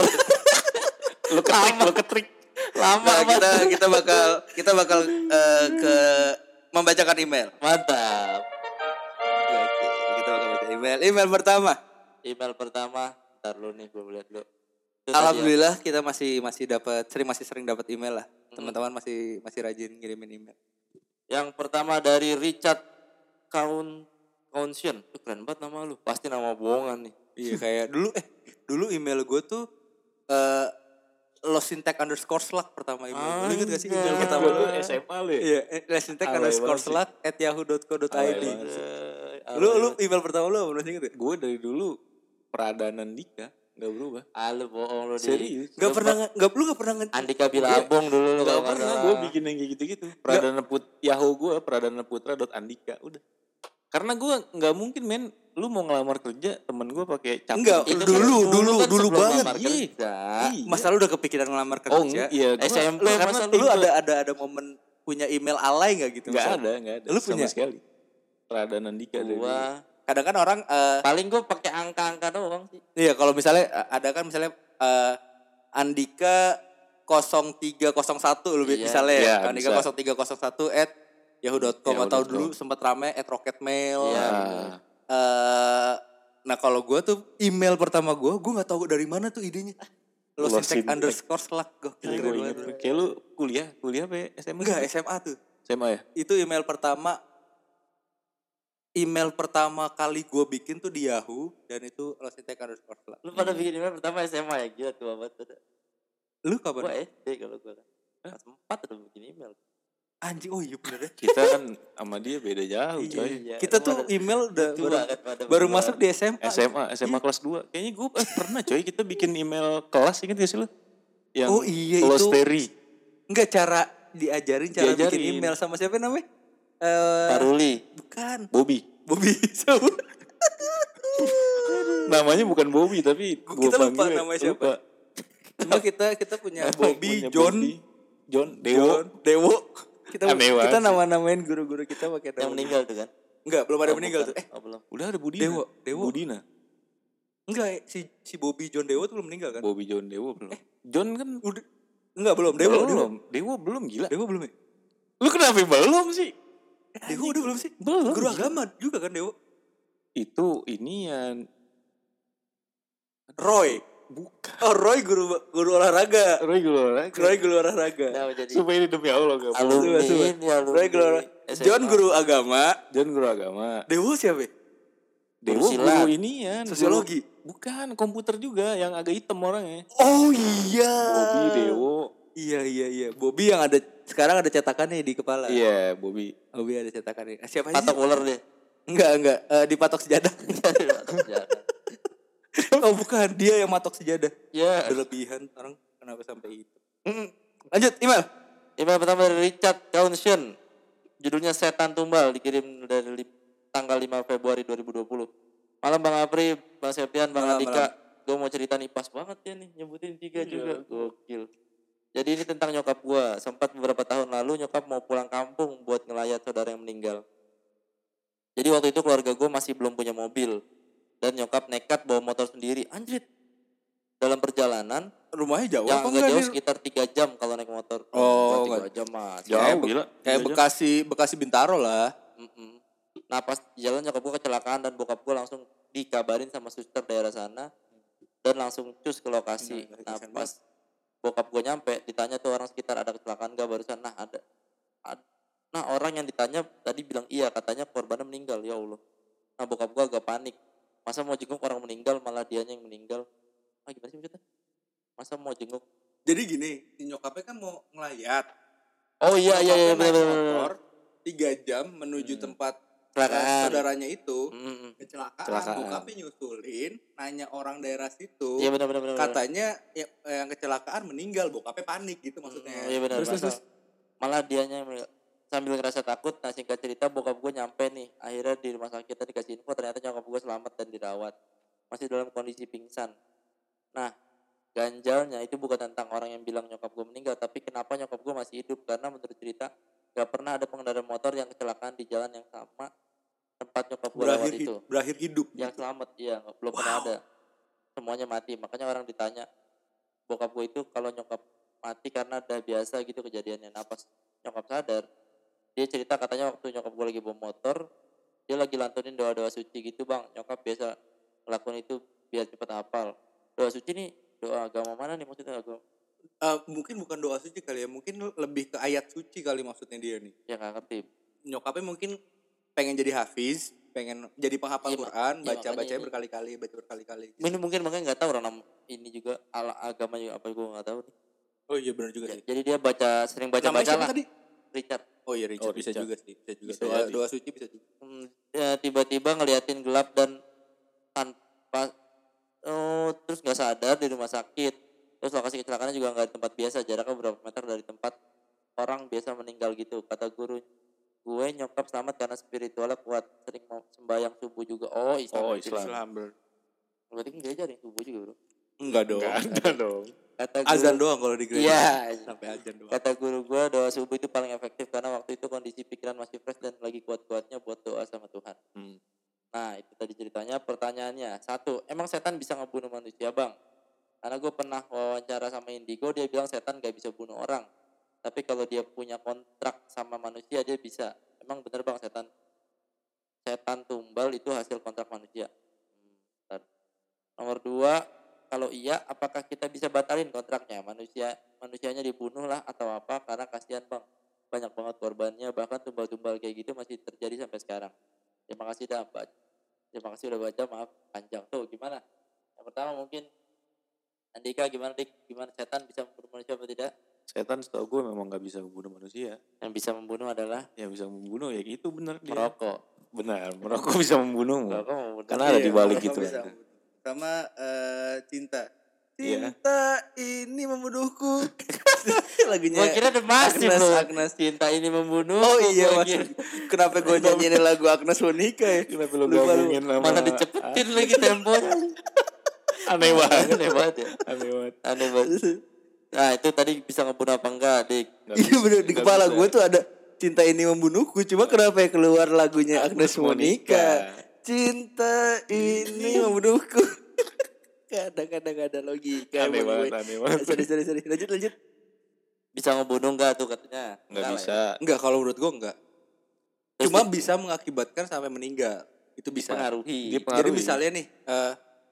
Lu ketrik, lu ketrik. Lama Nah, kita banget. kita bakal kita bakal eh, ke membacakan email. Mantap. Oke, oke, kita bakal baca email. Email pertama. Email pertama, ntar lu nih gue lihat lu. Itu tadi ya. Alhamdulillah kita masih masih dapat sering masih sering dapat email lah. Teman-teman masih masih rajin ngirimin email. Yang pertama dari Richard Kaun Kaunsian. Itu keren banget nama lu. Pasti nama bohongan nih. Iya kayak dulu eh dulu email gue tuh eh losintek underscore slug pertama email. Lu inget gak sih email Anjay. pertama Lu lu? S M A lu ya? Iya, eh, losintek Alay underscore banget sih. slug at yahoo dot co dot Alay id. banget sih. Lu lu email pertama lu apa masih inget gak? Gue dari dulu Pradana Dika nggak berubah. Ah, lu bohong lu di. Serius? Gak pernah nge- gak lu gak pernah nge Andika Bilabong dulu lu Gak kalau nggak pernah salah. gue bikin yang kayak gitu-gitu. Pradana Put Yahoo gue Pradana Putra dot Andika udah. Karena gue nggak mungkin men, lu mau ngelamar kerja temen gue pakai cap. Enggak, Itu kan dulu dulu kan dulu sebelum banget. lamar Iya. kerja. Iya. Masa lu udah kepikiran ngelamar kerja? Oh enggak, iya gua, S M P Lu, masa lu lu ada ada ada momen punya email alay gak gitu? nggak misalnya? ada nggak ada Lu sama punya? sekali. Pradana Dika dari dulu. gua Kadang kan orang eh, paling gua pakai angka-angka doang sih. iya kalau misalnya eh, ada kan misalnya eh, Andika nol tiga nol satu lu Iya. misalnya ya. Iya, Andika bisa. nol tiga nol satu at yahoo dot com Yahoo atau dot com. dulu sempat rame at rocketmail. Iya. Nah, Eh, nah kalau gue tuh email pertama gue, gue nggak tahu dari mana tuh idenya. Losintek Losintek. underscore slug gue kayak keren gue banget. inget. Kayak lu kuliah, kuliah apa ya? S M A? Enggak S M A tuh. S M A ya? Itu email pertama. Email pertama kali gue bikin tuh di Yahoo dan itu losintek underscore slug. Lu pada bikin email pertama S M A ya? Gila tua banget. Lu Gua kapan? S D kalau gua. Kelas empat udah bikin email. Anjing, oh iya bener ya. Kita kan sama dia beda jauh coy. Iya. Kita Lu tuh pada- email udah tua baru, kan pada baru berdua. masuk di S M A. S M A, S M A kelas dua. Kayaknya gue eh, pernah coy kita bikin email kelas, inget gak sih lu? Yang Oh iya, Close itu. Ferry. Enggak, cara diajarin cara bikin Diajarin. email sama siapa namanya? Eh Paruli. bukan. Bobby. Bobby. Sama. Namanya bukan Bobby tapi Gua- gue kita lupa panggil namanya siapa. lupa. Cuma kita kita punya Bobby, Punya John, Bobby, John, Dewo. John, Dewo. Kita Aneh banget kita sih. nama-namain guru-guru kita pakai Yang nama. meninggal tuh kan? Enggak, belum ada Oh, meninggal bukan. tuh. Eh, Oh, belum. Udah ada Budina. Dewo, Dewo. Budina. enggak, si si Bobby John Dewo tuh belum meninggal kan? Bobby John Dewo belum. John kan Udah. Enggak, belum. Dewo, Dewo. belum. Dewo belum gila. Dewo belum ya? Lu kenapa belum sih? Dewo udah belum sih? Belum. Guru agama juga kan Dewo? Itu ini yang Roy. bukan. Oh, Roy guru guru olahraga. Roy guru olahraga. Roy guru olahraga. Nah, jadi Sumpah ini demi Allah gak bohong. alumni Coba, coba. ini alumni. Roy guru olahraga. S M A. John guru agama. John guru agama. Dewo siapa ya? Dewo Guru silat. guru ini ya. Sosiologi. Bukan, komputer juga yang agak hitam orangnya. Oh iya. Bobby, Dewo. Iya iya iya. Bobby yang ada sekarang ada cetakannya di kepala. Iya, Bobby. Bobby ada cetakannya. Ah, siapa aja? Patok ular deh. Enggak enggak. Eh, dipatok sejadah. Oh bukan, dia yang matok sejadah. Ya. Berlebihan orang kenapa sampai itu? Mm. Lanjut, email. Email pertama dari Richard Kaunsian. Judulnya Setan Tumbal, dikirim dari li- tanggal lima Februari dua ribu dua puluh. Malam Bang Apri, Bang Septian, Bang Malam, Andika. Gue mau cerita nih, pas banget ya nih, nyebutin tiga juga. Gokil. Jadi ini tentang nyokap gue. Sempat beberapa tahun lalu nyokap mau pulang kampung buat ngelayat saudara yang meninggal. Jadi waktu itu keluarga gue masih belum punya mobil. Dan nyokap nekat bawa motor sendiri. Anjrit. Dalam perjalanan, Rumahnya jauh yang apa agak enggak jauh nih? sekitar tiga jam kalau naik motor. Oh, tiga enggak. jam mas. Jauh, Kayak Be- gila. Kayak Iya, Bekasi Bekasi Bintaro lah. Mm-mm. Nah pas di jalan nyokap gue kecelakaan dan bokap gue langsung dikabarin sama suster daerah sana dan langsung cus ke lokasi. Nah, Nah kasihan pas bokap gue nyampe, ditanya tuh orang sekitar ada kecelakaan gak barusan. Nah ada, ad- nah orang yang ditanya tadi bilang iya, katanya korbannya meninggal. Ya Allah. Nah bokap gue agak panik, masa mau jenguk orang meninggal malah dianya yang meninggal. Ah gimana sih maksudnya? Masa mau jenguk? Jadi gini, si nyokapnya kan mau ngelayat. Oh iya iya iya Nyokapnya naik benar-benar. motor tiga jam menuju Hmm. tempat Kecelakaan. eh, saudaranya itu. Mm-mm. Kecelakaan, Kecelakaan. bokapnya nyusulin, nanya orang daerah situ. Iya benar-benar. benar. Katanya ya, yang kecelakaan meninggal, bokapnya panik gitu maksudnya. Mm, iya benar. Terus terus, terus. Malah dianya yang meninggal. Sambil ngerasa takut, nah singkat cerita bokap gue nyampe nih. Akhirnya di rumah sakit tadi dikasih info ternyata nyokap gue selamat dan dirawat. Masih dalam kondisi pingsan. Nah, ganjalnya itu bukan tentang orang yang bilang nyokap gue meninggal, tapi kenapa nyokap gue masih hidup. Karena menurut cerita, gak pernah ada pengendara motor yang kecelakaan di jalan yang sama tempat nyokap gue Berakhir, lewat hi- itu. berakhir hidup. Yang gitu. selamat, iya belum pernah ada. Semuanya mati. Makanya orang ditanya, bokap gue itu kalau nyokap mati karena udah biasa gitu kejadiannya. Nah pas nyokap sadar, dia cerita katanya waktu nyokap gue lagi bawa motor, dia lagi lantunin doa-doa suci gitu bang. Nyokap biasa ngelakuin itu biar cepet hafal. Doa suci nih, doa agama mana nih maksudnya? Agama Eh, mungkin bukan doa suci kali ya, mungkin lebih ke ayat suci kali maksudnya dia nih. yang gak ngerti. Nyokapnya mungkin pengen jadi hafiz, pengen jadi penghafal Iya, Quran, iya, baca makanya bacanya ini. berkali-kali, baca berkali-kali. Ini mungkin makanya nggak tahu orang nam- ini juga ala agama juga apa gue nggak tahu nih. Oh iya benar juga Ya, sih. jadi dia baca sering baca Namanya baca siapa lah. tadi? Richard. Oh iya Richard, Oh, bisa Richard. juga sih, bisa juga. Bisa doa, jadi. doa suci bisa juga. Hmm, ya, tiba-tiba ngeliatin gelap dan tanpa oh, terus nggak sadar di rumah sakit. Terus lokasi kecelakaannya juga nggak di tempat biasa, jaraknya beberapa meter dari tempat orang biasa meninggal gitu. Kata guru gue nyokap selamat karena spiritualnya kuat, sering mau sembahyang subuh juga. Oh Islam. Oh, berarti. Islam. Berarti kan gereja ada yang subuh juga bro. Enggak dong. Enggak ada dong. Kata guru, Azan doang kalau di gereja. Iya. Sampai azan doang. Kata guru gue doa subuh itu paling efektif karena waktu itu kondisi pikiran masih fresh dan lagi kuat-kuatnya buat doa sama Tuhan. Hmm. Nah itu tadi ceritanya. Pertanyaannya satu, emang setan bisa ngebunuh manusia bang? Karena gue pernah wawancara sama Indigo, dia bilang setan gak bisa bunuh orang, tapi kalau dia punya kontrak sama manusia dia bisa. Emang bener bang setan setan tumbal itu hasil kontrak manusia? Hmm, bentar. Nomor dua, kalau iya apakah kita bisa batalin kontraknya? Manusia manusianya dibunuh lah atau apa? Karena kasihan bang, banyak banget korbannya, bahkan tumbal-tumbal kayak gitu masih terjadi sampai sekarang. Terima kasih dah Mbak. Terima kasih udah baca, maaf panjang tuh. Gimana? Yang pertama mungkin Andika, gimana Dik? Gimana setan bisa membunuh manusia atau tidak? Setan setahu gue memang gak bisa membunuh manusia. Yang bisa membunuh adalah Yang bisa membunuh ya gitu bener dia. merokok. Benar, merokok bisa membunuhmu. Merokok membunuh. Karena ada di balik merokok gitu. bisa membunuh. Sama eh, cinta. Iya. Cinta ini membunuhku. Lagunya Gua kira The Massive Agnes, loh. Agnes. Cinta ini membunuh. Oh iya Gua mas. kira- Kenapa gue nyanyiin lagu Agnes Monica ya? Kenapa lu Lupa lu. gabungin nama? Malah dicepetin lagi temponya. Aneh banget. Aneh banget ya. Aneh banget. Aneh banget. Nah itu tadi bisa ngebunuh apa enggak Dik? Nggak Iya bisa, bener, di nggak kepala bisa. gue tuh ada cinta ini membunuhku. Cuma kenapa ya keluar lagunya Agnes Agnes Monica. Monica? Cinta ini membunuhku. Kadang-kadang gak ada logika. Aneh emang banget, gue. aneh banget. Sorry, sorry, sorry. Lanjut, lanjut. Bisa ngebunuh enggak tuh katanya? Nggak Enggak lah bisa. Enggak, kalau menurut gue enggak. Terus Cuma di- bisa mengakibatkan sampai meninggal. Itu ya. bisa. Dipengaruhi. Dia Jadi pengaruhi. misalnya nih, eh,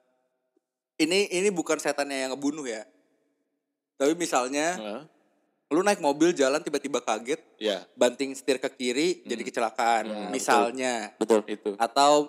ini ini bukan setannya yang ngebunuh ya. Tapi misalnya, Hah? lu naik mobil jalan tiba-tiba kaget, Ya, banting setir ke kiri, Hmm. jadi kecelakaan. Ya, misalnya. Betul. itu. Atau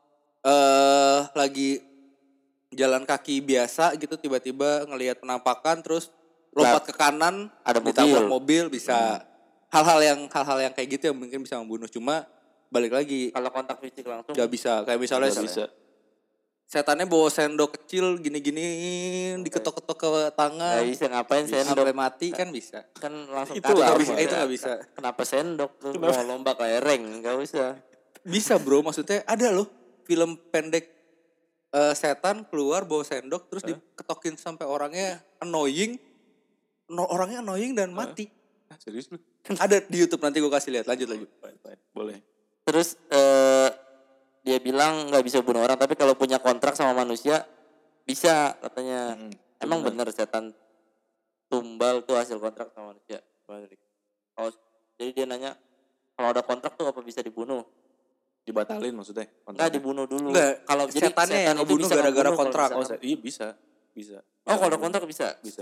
eh lagi jalan kaki biasa gitu tiba-tiba ngelihat penampakan terus lompat ke kanan Ada ditabrak mobil. mobil bisa hal-hal yang hal-hal yang kayak gitu yang mungkin bisa membunuh. Cuma balik lagi Kalau kontak fisik langsung nggak bisa kayak misalnya Nggak bisa. setannya bawa sendok kecil gini-gini diketok-ketok ke tangan nggak bisa ngapain sendok sampai mati kan bisa. kan langsung Itu kacau. nggak bisa, Nggak itu nggak bisa. Kenapa sendok tuh mau lomba kelereng nggak usah. Bisa bro, maksudnya ada loh film pendek eh, setan keluar bawa sendok terus diketokin sampai orangnya annoying, no, orangnya annoying dan mati. Ah, serius lu? Ada di YouTube nanti gue kasih lihat. Lanjut lanjut. Boleh. Terus eh, dia bilang nggak bisa bunuh orang tapi kalau punya kontrak sama manusia bisa katanya. Hmm, Emang benar. bener setan tumbal tuh hasil kontrak sama manusia. Oh, jadi dia nanya kalau ada kontrak tuh apa bisa dibunuh? Dibatalin maksudnya? Enggak kontraknya? dibunuh dulu. Enggak, Kalau jadi setannya setan yang itu ngebunuh bisa gara-gara ngebunuh kalau kontrak. Oh, misalkan- saya, iya bisa. Bisa. Oh, kalau ada kontrak bisa. Bisa.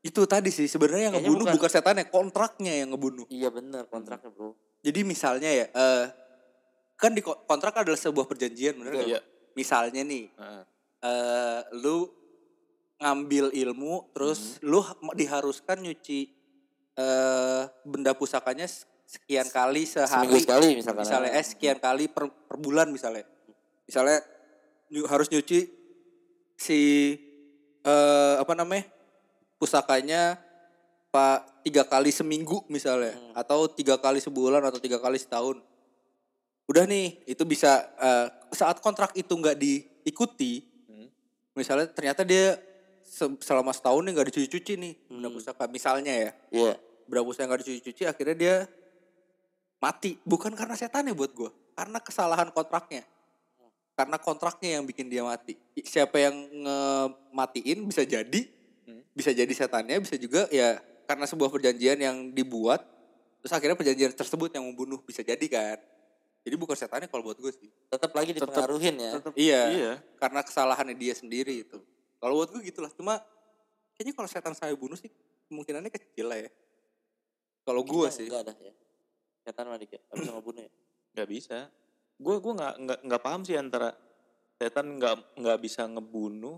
Itu tadi sih sebenarnya yang Kayaknya ngebunuh bukan- bukan setannya, kontraknya yang ngebunuh. Iya benar kontraknya bro. Jadi misalnya ya, eh kan di ko- kontrak adalah sebuah perjanjian, bener Betul. gak? Iya. Misalnya nih, Heeh. eh lu ngambil ilmu, terus lu ha- diharuskan nyuci eh benda pusakanya s- sekian kali Seminggu sehari, sekali misalkan. misalnya eh sekian kali per, per bulan misalnya, misalnya nyu- harus nyuci si eh apa namanya pusakanya pak tiga kali seminggu misalnya, atau tiga kali sebulan atau tiga kali setahun. Udah nih, itu bisa eh, saat kontrak itu nggak diikuti, Hmm. misalnya ternyata dia se- selama setahun nih nggak dicuci-cuci nih benda Hmm. pusaka misalnya ya, Iya. benda pusaka nggak dicuci-cuci, akhirnya dia mati. Bukan karena setan ya buat gue, karena kesalahan kontraknya, karena kontraknya yang bikin dia mati. Siapa yang ngematiin bisa jadi, Hmm. bisa jadi setannya, bisa juga ya karena sebuah perjanjian yang dibuat, terus akhirnya perjanjian tersebut yang membunuh, bisa jadi kan. Jadi bukan setannya kalau buat gue sih. Tetap lagi dipengaruhin ya. Tetep, Iya, iya. karena kesalahannya dia sendiri itu. Kalau buat gue gitulah. Cuma kayaknya kalau setan saya bunuh sih kemungkinannya kecil lah ya. Kalau gue Kita sih. enggak ada ya. Setan mah dikit. Gak bisa ngebunuh ya. Nggak bisa. Gue gue nggak nggak nggak paham sih antara setan nggak nggak bisa ngebunuh.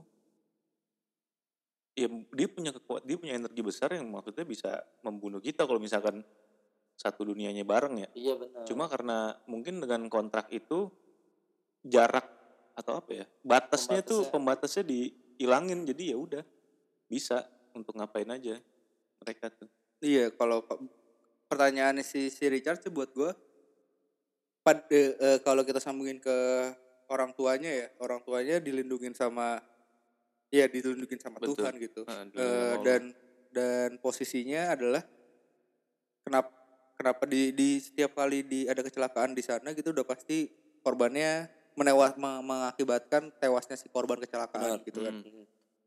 Ya dia punya kekuatan, dia punya energi besar yang maksudnya bisa membunuh kita kalau misalkan satu dunianya bareng ya. Iya benar. Cuma karena mungkin dengan kontrak itu jarak atau apa ya, batasnya tuh pembatasnya dihilangin, jadi ya udah bisa untuk ngapain aja mereka tuh. Iya, kalau pe- pertanyaan si si Richard sih buat gue, pad, eh, eh, kalau kita sambungin ke orang tuanya ya, orang tuanya dilindungin sama, ya dilindungin sama Betul. Tuhan gitu. Heeh, Eh, dilindungin sama Allah. dan dan posisinya adalah kenapa kenapa di di setiap kali di ada kecelakaan di sana gitu udah pasti korbannya menewas me- mengakibatkan tewasnya si korban kecelakaan Benar. gitu kan. Hmm.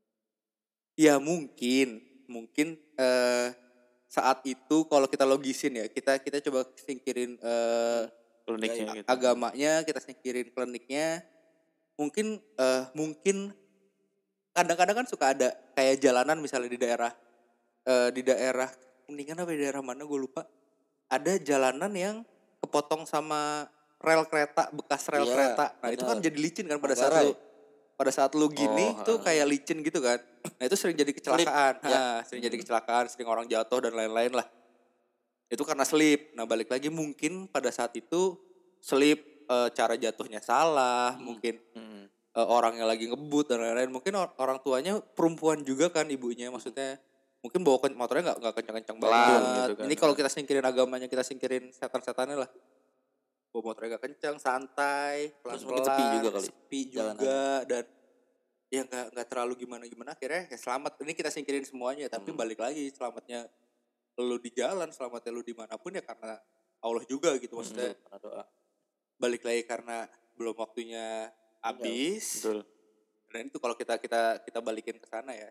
Ya mungkin mungkin eh, saat itu kalau kita logisin ya, kita kita coba singkirin eh, Kliniknya gitu. agamanya, kita singkirin kliniknya, mungkin eh, mungkin kadang-kadang kan suka ada kayak jalanan misalnya di daerah eh, di daerah Kuningan apa di daerah mana gue lupa, ada jalanan yang kepotong sama rel kereta, bekas rel Iya, kereta. Nah itu benar. kan jadi licin kan pada saat Manggarai. lu pada saat lu gini Oh, tuh ha. kayak licin gitu kan. Nah itu sering jadi kecelakaan. Slip, ya. Nah, sering jadi kecelakaan, sering orang jatuh dan lain-lain lah. Itu karena slip. Nah balik lagi mungkin pada saat itu slip, eh, cara jatuhnya salah, mungkin Hmm. eh, orangnya lagi ngebut dan lain-lain. Mungkin or- orang tuanya perempuan juga kan ibunya, maksudnya mungkin bawa ke- motornya nggak nggak kencang-kencang Pelan banget. gitu kan. Ini kalau kita singkirin agamanya, kita singkirin setan-setannya lah. Bawa motornya gak kencang, santai, Terus pelan-pelan, mungkin sepi juga kali sepi jalanannya. juga, dan ya nggak nggak terlalu gimana-gimana. Akhirnya ya selamat. Ini kita singkirin semuanya, tapi Hmm. balik lagi selamatnya lu di jalan, selamatnya lu dimanapun ya karena Allah juga gitu, maksudnya. Karena doa. Balik lagi karena belum waktunya habis. Betul. Dan itu kalau kita kita kita balikin ke sana ya.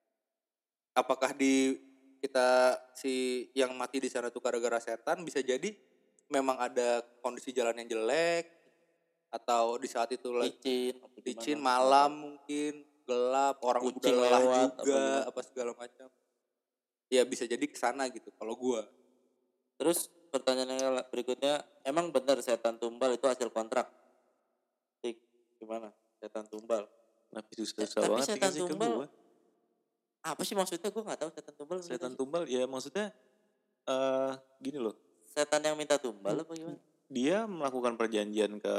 Apakah di kita si yang mati di sana tuh gara-gara setan, bisa jadi memang ada kondisi jalan yang jelek, atau di saat itu lagi Licin. apa gimana. licin, malam mungkin gelap, orang udah Kucing lelah lewat, apa juga, gimana. apa segala macam. Ya bisa jadi kesana gitu kalau gua. Terus pertanyaan yang berikutnya, emang benar setan tumbal itu hasil kontrak? Tik, gimana? Setan tumbal. Tapi susah, Eh, susah tapi banget setan dikasih ke tumbal gua. Apa sih maksudnya? Gue nggak tahu setan tumbal. Setan gimana sih? tumbal ya maksudnya eh gini loh. Setan yang minta tumbal apa gimana? Dia melakukan perjanjian ke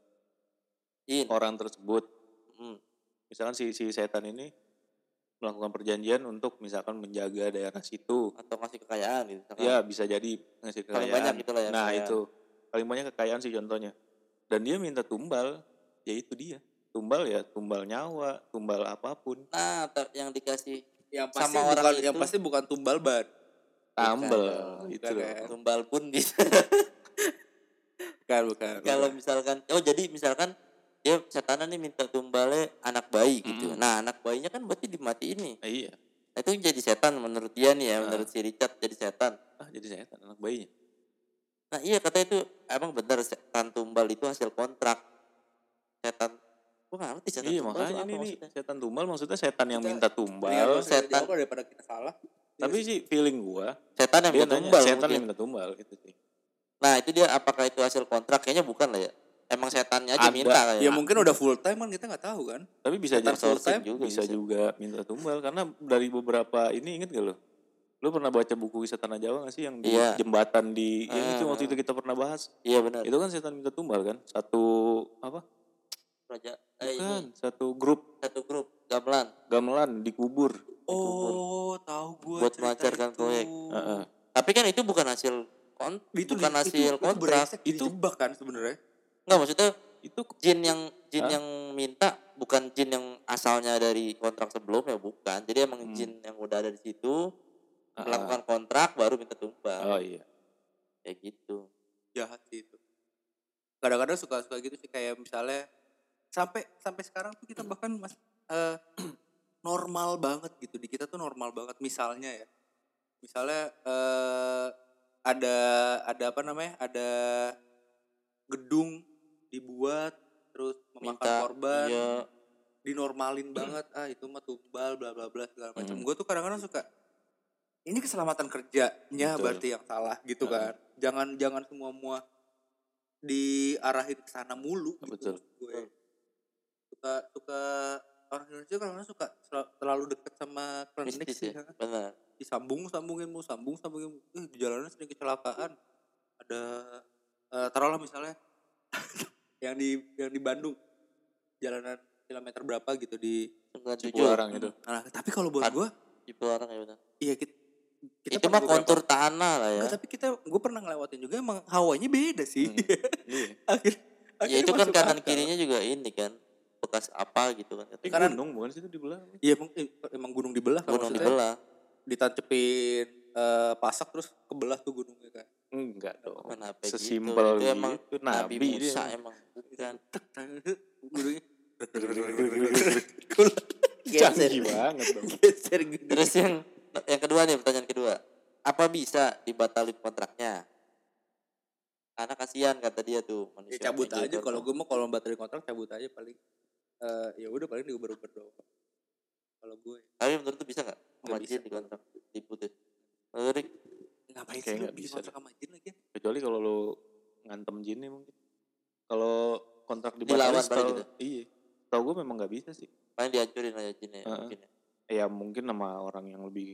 Jin. orang tersebut. Hmm. Misalkan si si setan ini melakukan perjanjian untuk misalkan menjaga daerah situ. Atau ngasih kekayaan gitu. misalkan. Ya bisa jadi ngasih Paling kekayaan. banyak gitu lah ya, Nah kekayaan. itu paling banyak kekayaan sih contohnya. Dan dia minta tumbal, ya itu dia. Tumbal ya tumbal nyawa, tumbal apapun. Nah, ter- yang dikasih Yang pasti sama bukan orang yang itu pasti bukan tumbal ban. Tambel dong, itu bukan loh. ya. tumbal pun bisa. Bukan, bukan. Kalau bukan. misalkan, oh jadi misalkan dia setanan nih minta tumbalnya anak bayi gitu. Mm. Nah anak bayinya kan berarti dimatiin nih. Eh, iya. Nah, itu jadi setan menurut dia nih ya, Nah. menurut si Richard jadi setan. Ah jadi setan anak bayinya. Nah iya katanya itu emang benar setan tumbal itu hasil kontrak. Setan Gue nggak ngerti setan Iya tumbal makanya tuh apa ini nih maksudnya. setan tumbal maksudnya setan yang Kita minta Mendingan tumbal. lu saya setan. jawab daripada kita salah. Tapi sih feeling gua Setan yang dia minta nanya tumbal setan mungkin. yang minta tumbal gitu sih. Nah itu dia apakah itu hasil kontrak? Kayaknya bukan lah ya. Emang setannya aja Ada. minta kayak. Ya mungkin udah full time kan kita nggak tahu kan. Tapi bisa Setan jadi full Outsourcing time juga bisa, bisa. juga minta tumbal karena dari beberapa ini inget gak lo? Lu pernah baca buku Wisata Tanah Jawa gak sih yang di Iya. jembatan di Ah, yang itu waktu itu kita pernah bahas? Iya benar. Itu kan setan minta tumbal kan? Satu apa? Raja eh, ini Bukan, satu grup satu grup gamelan gamelan dikubur. Oh, tahu gue buat melancarkan proyek. Heeh. Tapi kan itu bukan hasil kon Itu bukan di- hasil itu, kontrak. Itu, itu dijebak kan sebenarnya. Enggak maksudnya Itu jin yang jin Hah? yang minta bukan jin yang asalnya dari kontrak sebelumnya bukan. Jadi emang Hmm. jin yang udah ada di situ Ah, melakukan kontrak baru minta tumbal. oh iya. Kayak gitu. Jahat sih itu. Kadang-kadang suka-suka gitu sih kayak misalnya sampai sampai sekarang tuh kita bahkan mas eh, normal banget gitu di kita tuh normal banget misalnya ya. Misalnya eh, ada ada apa namanya? Ada gedung dibuat terus memakan Minta korban. iya Dinormalin banget ah itu mah tumbal bla bla bla segala macam. Hmm. Gue tuh kadang-kadang suka ini keselamatan kerjanya Betul. berarti yang salah gitu Hmm. kan. Jangan jangan semua semua diarahin ke sana mulu gitu. Betul. maksud gue. Suka suka orang Indonesia kadang-kadang suka sel- terlalu dekat sama klinik mistis sih. ya. ha. Benar. Disambung sambungin mu sambung sambungin mu. Eh, di jalanan sering kecelakaan. Ada eh, taruhlah misalnya yang di yang di Bandung jalanan kilometer berapa gitu di sembilan puluh tujuh Cipularang itu. nah tapi kalau buat Empat. gue Cipularang ya benar. iya kita, kita Itu pernah mah beberapa- kontur tanah lah ya. Enggak, tapi kita gue pernah ngelewatin juga emang hawanya beda sih. Hmm. Iya. Akhir, Ya akhirnya itu kan masuk kanan akal. kirinya juga ini kan bekas apa gitu kan. Eh, Karena- gunung bukan sih itu di belah. Iya emang, emang gunung dibelah kan Gunung maksudnya. dibelah. Ditancepin eh, pasak terus kebelah tuh gunungnya kan. Enggak dong. Kenapa Sesimpel gitu? Itu emang gitu. Nabi Nabi Musa dia. emang bukan. Tek, gunungnya Canggih banget dong. geser gitu. Terus yang yang kedua nih pertanyaan kedua. Apa bisa dibatalin kontraknya? Karena kasihan kata dia tuh Ya manusia. cabut enjoy aja kontrak. kalau gue mau kalau batalin kontrak cabut aja paling eh ya udah paling diuber-uber doang. Kalau gue Tapi menurut lu bisa nggak sama Nggak bisa. jin di kontrak diputus? Menurut Rik, ngapain Kayak sih lu nggak bikin bisa kontrak sama jin lagi? Kecuali kalau lu ngantem jinnya mungkin. Kalau kontrak Dilawan dibatalin balik setahu gitu? iya. Tahu gue memang nggak bisa sih. paling dihancurin aja jinnya Heeh. mungkin ya. Ya mungkin sama orang yang lebih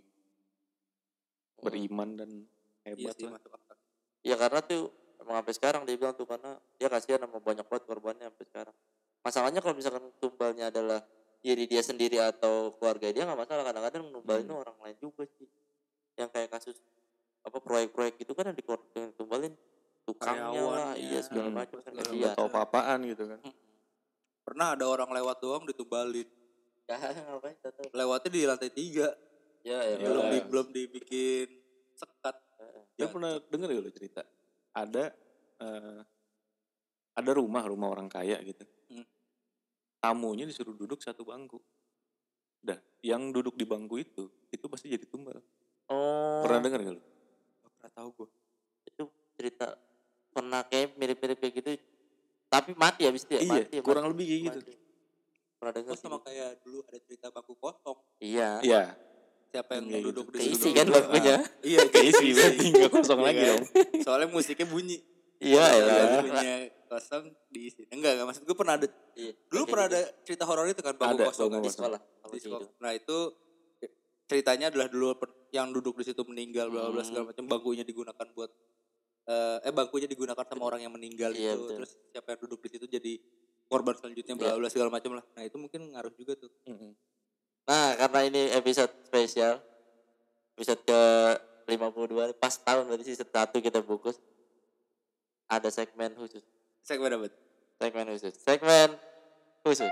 beriman dan Iya hebat sih lah. masuk akal. Ya karena tuh emang sampai sekarang dia bilang tuh karena dia kasihan sama banyak banget korbannya sampai sekarang. Masalahnya kalau misalkan tumbalnya adalah diri dia sendiri atau keluarga dia nggak masalah, kadang-kadang numbalin Hmm. orang lain juga sih. Yang kayak kasus apa proyek-proyek gitu kan yang dikor- yang ditumbalin tukangnya lah, Karyawannya, iya segala Hmm. macam kan segala kasihan. Nggak tahu apa-apaan gitu kan. Pernah ada orang lewat doang ditumbalin. Ya ngapain tahu. Lewatnya di lantai tiga. Ya ya. Ya. Belum di, Jelas. belum dibikin sekat. Dia pernah denger gak lo cerita? Ada eh, ada rumah rumah orang kaya gitu. Hmm. Tamunya disuruh duduk satu bangku. Dah, yang duduk di bangku itu itu pasti jadi tumbal. Oh. Pernah denger gak lo? Gak pernah tahu gue. Itu cerita pernah kayak mirip-mirip kayak gitu. Tapi mati habis itu ya? Iya, mati, ya, kurang mati. lebih kayak gitu. Mati. Pernah dengar Oh sih. sama kayak dulu ada cerita bangku kosong. Iya. Iya. Siapa yang Kayak duduk gitu. di Keisi situ kan duduk. bangkunya. Ah, Iya Keisi berarti nggak kosong Iya lagi kan? dong. Soalnya musiknya bunyi. Iya Kalau lah. lagunya kosong diisi. Enggak, enggak maksud gue pernah ada. Iya. Dulu Kayak pernah gitu. ada cerita horor itu kan bangku Ada, kosong bangku kan? Di kosong. sekolah. Di Sama sekolah. gitu. Nah itu ceritanya adalah dulu per- yang duduk di situ meninggal bla bla Hmm. segala macam, bangkunya digunakan buat eh, eh bangkunya digunakan sama orang yang meninggal Iya, itu. betul. Terus siapa yang duduk di situ jadi korban selanjutnya bla Iya. bla segala macam lah. Nah itu mungkin ngaruh juga tuh. Mm-mm. Nah karena ini episode spesial. Episode ke lima puluh dua. Pas tahun berarti season satu kita bungkus. Ada segmen khusus. Segmen apa? tuh? Segmen khusus. Segmen khusus.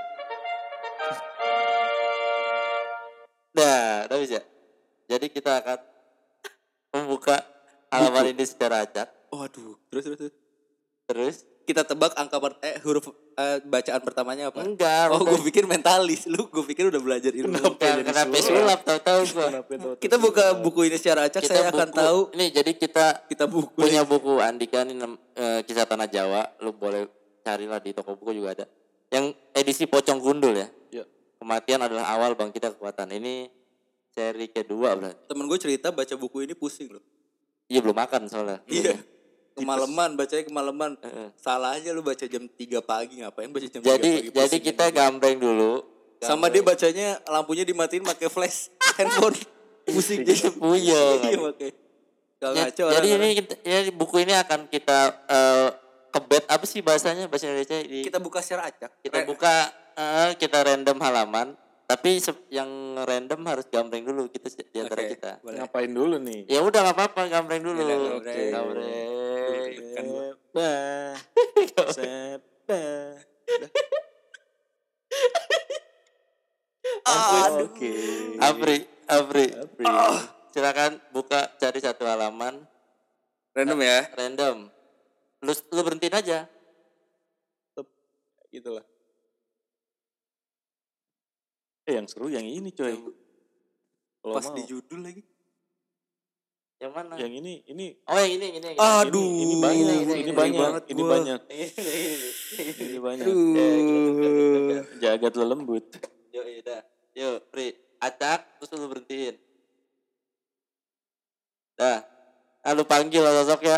Nah, udah bisa. Jadi kita akan membuka halaman ini secara acak. Waduh, terus terus. terus. Terus Kita tebak angka per- eh, huruf eh, bacaan pertamanya apa? enggak. Oh, gue pikir mentalis. Lu gue pikir udah belajar ilmu. Bukan, kenapa sulap tahu-tahu gua. Kita buka buku ini secara acak, Kita saya akan buku- tahu Ini jadi kita kita buku. punya buku Andika ini nem- eh, kisah tanah Jawa. Lu boleh carilah di toko buku juga ada. Yang edisi pocong gundul ya. Ya. Kematian adalah awal bangkitnya kekuatan. Ini seri kedua berarti. Temen gue cerita baca buku ini pusing loh. Iya belum makan soalnya. Iya. Kemalaman, bacanya kemalaman. Heeh. Salah aja lu baca jam tiga pagi, ngapain baca jam Jadi tiga pagi? jadi pusing kita gitu. gambreng dulu. Sama dia bacanya lampunya dimatiin pakai flash handphone. Pusing Itu puyeng. Iya pakai. Kalau Ya, ngaco jadi orang-orang. ini kita, ya, buku ini akan kita uh, kebet apa sih bahasanya bahasa Indonesia di, Kita buka secara acak. kita Re- buka uh, kita random halaman tapi se- yang random harus gambreng dulu kita di antara Oke, kita. boleh. Ngapain dulu nih? Ya udah nggak apa-apa gambreng dulu. Ya udah, gambreng. Gambreng. Deg-degan gua. Seba, seba. Aduh. Oke. Apri, Apri. Apri. Silakan buka cari satu halaman Random ya. random. Lu lu berhentiin aja. Gitu lah. Eh yang seru yang ini coy. Kalau Pas mau. di judul lagi. Yang mana? Yang ini ini Oh yang ini ini. yang ini. Aduh. ini, ini banyak, ini- ini, ini banyak, banget ini gua. banyak, ini banyak. Eh, Jagat lelembut. Yuk, udah. Yuk, Pri. Acak, terus lu berhentiin. Dah. Ah, lu panggil lah sosoknya.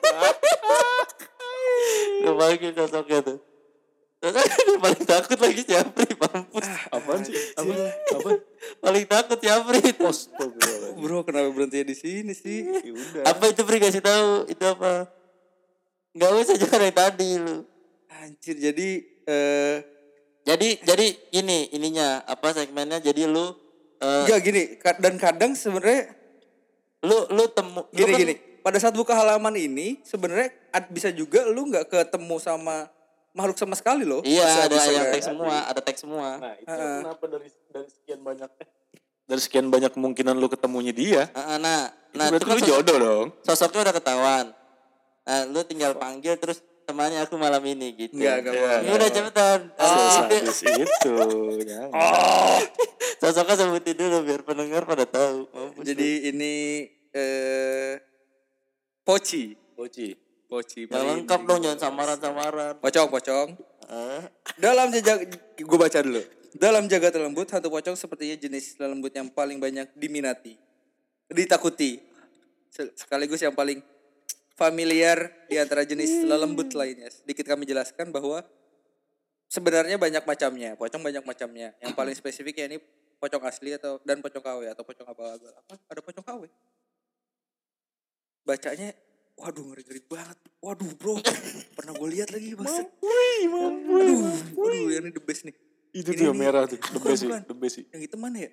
Lu panggil sosoknya tuh. Sosoknya paling takut lagi si Apri, mampus. Apaan sih? Apa? Apa? Paling takut si Apri. Astagfirullahaladzim. Bro, kenapa berhenti di sini sih? Ya udah. Apa itu Pri kasih tahu? Itu apa? Enggak usah jangan yang tadi lu. Anjir, jadi eh Jadi jadi ini ininya apa segmennya jadi lu eh, enggak gini, ka- dan kadang sebenarnya lu lu temu lu gini kan- gini. Pada saat buka halaman ini sebenarnya ad- bisa juga lu nggak ketemu sama makhluk sama sekali loh. Iya, Bisa- ada bisa yang nggak? teks semua, ada teks semua. Nah itu Heeh. kenapa dari dari sekian banyak eh, dari sekian banyak kemungkinan lu ketemunya dia? Heeh, nah, Itu nah berarti itu kan lu sosok- jodoh dong. sosoknya udah ketahuan. Nah, lu tinggal panggil terus temani aku malam ini gitu. Enggak, enggak Ya, mau. Ya enggak udah mau. cepetan. Sesadis itu. Jangan. Sosoknya sebutin dulu biar pendengar pada tahu. Mampus Jadi ini eh Poci. Poci. Poci. lu. Yang lengkap dong jangan samaran-samaran. Pocong, pocong. Eh, Dalam jejak, gue baca dulu. Dalam jagat lembut, hantu pocong sepertinya jenis lembut yang paling banyak diminati, ditakuti, Se- sekaligus yang paling familiar di antara jenis lelembut lainnya. Sedikit kami jelaskan bahwa sebenarnya banyak macamnya, pocong banyak macamnya. Yang paling spesifik ya ini pocong asli atau dan pocong K W atau pocong abal-abal. Apa? Ada pocong K W. Bacanya, waduh ngeri-ngeri banget. Waduh bro, pernah gue lihat lagi mas. Aduh, waduh yang ini the best nih. Itu Ini tuh yang nih. merah tuh. The Bukan, best sih. bukan. The best sih. Yang itu mana ya?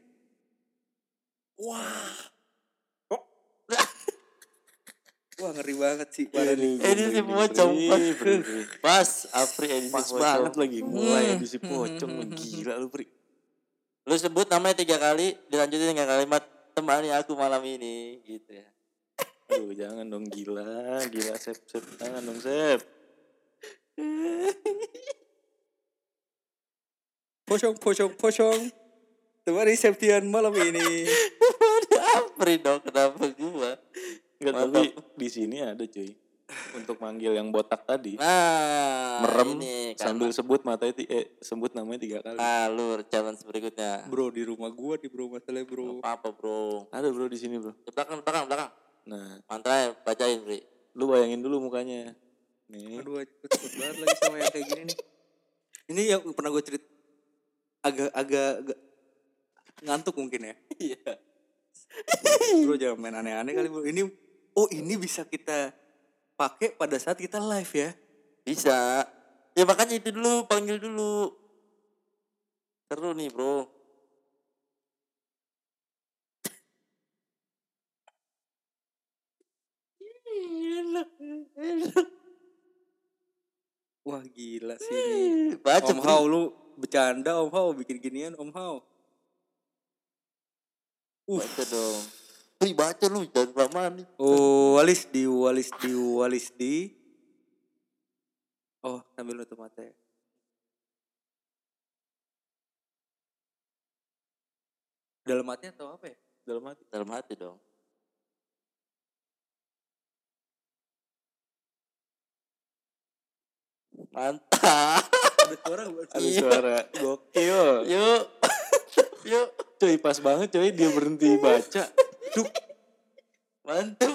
Wah. Wah ngeri banget sih. Parah nih. edisi pocong. Pas, Apri edisi Pas pocong. banget lagi. Mulai edisi pocong. Gila lu Pri. Lu sebut namanya tiga kali, dilanjutin dengan kalimat temani aku malam ini gitu ya. Aduh jangan dong gila. Gila Sep. Sep. Jangan dong Sep. Pocong, pocong, pocong. Temani Septian malam ini. Apri dong, kenapa gua? Enggak, Mantap. tapi di sini ada cuy. Untuk manggil yang botak tadi. Nah, Merem ini sambil sebut matanya ti- eh sebut namanya tiga kali. Nah, lu challenge berikutnya. Bro di rumah gua di bro masalahnya bro. Apa, Bro? Ada bro di sini bro. Di belakang, belakang, belakang. Nah, Mantra bacain, Bri. lu bayangin dulu mukanya. Nih. Aduh gue takut banget lagi sama yang kayak gini nih. Ini yang pernah gue cerit agak agak agak ngantuk mungkin ya. Iya. Bro jangan main aneh-aneh kali bro. Ini oh ini bisa kita pakai pada saat kita live ya. Bisa. Ya makanya itu dulu, panggil dulu. Seru nih, Bro. Enak, enak. Wah gila sih ini. Baca, Om Bri. Hao lu bercanda Om Hao bikin ginian Om Hao. Baca dong. Bri, baca lu, jangan kelamaan nih. Oh walis di walis di walis di. Oh sambil nutup mata ya. Dalam hati atau apa ya? Dalam hati. Dalam hati dong. Mantap. Ada suara gak? Ada suara. Gokil. Yuk. Yuk. Coy pas banget coy dia berhenti baca. Duk. Mantap.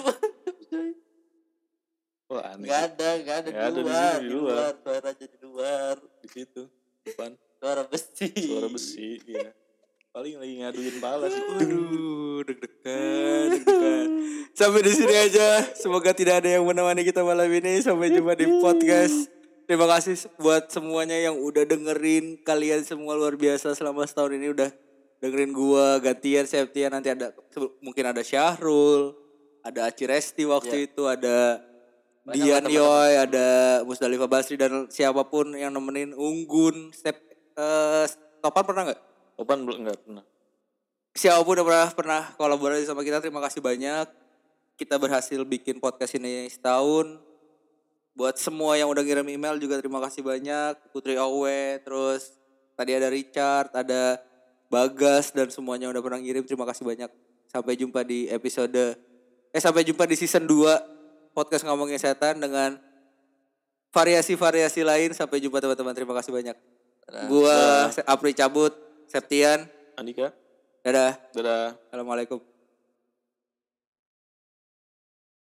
Wah aneh. Gak ada, gak ada, Gak di, ada di luar, situ, di di luar. luar, suara aja di luar. Di situ depan Suara besi. suara besi ya. Paling lagi ngaduin pala sih. Aduh, deg-degan, deg-degan. Sampai di sini aja. Semoga tidak ada yang menemani kita malam ini. Sampai jumpa di podcast. Terima kasih buat semuanya yang udah dengerin. Kalian semua luar biasa selama setahun ini udah dengerin gua, gantian Septian, nanti ada mungkin ada Syahrul, ada Aci Resti waktu Ya. itu, ada Banyak Dian lah Yoy, ada Musdalifah Basri dan siapapun yang nemenin Unggun, Step eh Topan pernah nggak? Opan belum enggak pernah. Siapapun udah pernah pernah kolaborasi sama kita, terima kasih banyak. Kita berhasil bikin podcast ini setahun. Buat semua yang udah ngirim email juga terima kasih banyak. Putri Owe, terus tadi ada Richard, ada Bagas dan semuanya udah pernah ngirim. Terima kasih banyak. Sampai jumpa di episode eh sampai jumpa di season dua podcast Ngomongin Setan dengan variasi-variasi lain. Sampai jumpa teman-teman. Terima kasih banyak. Gua Apri cabut, Septian. Andika. Dadah. Dadah. Assalamualaikum.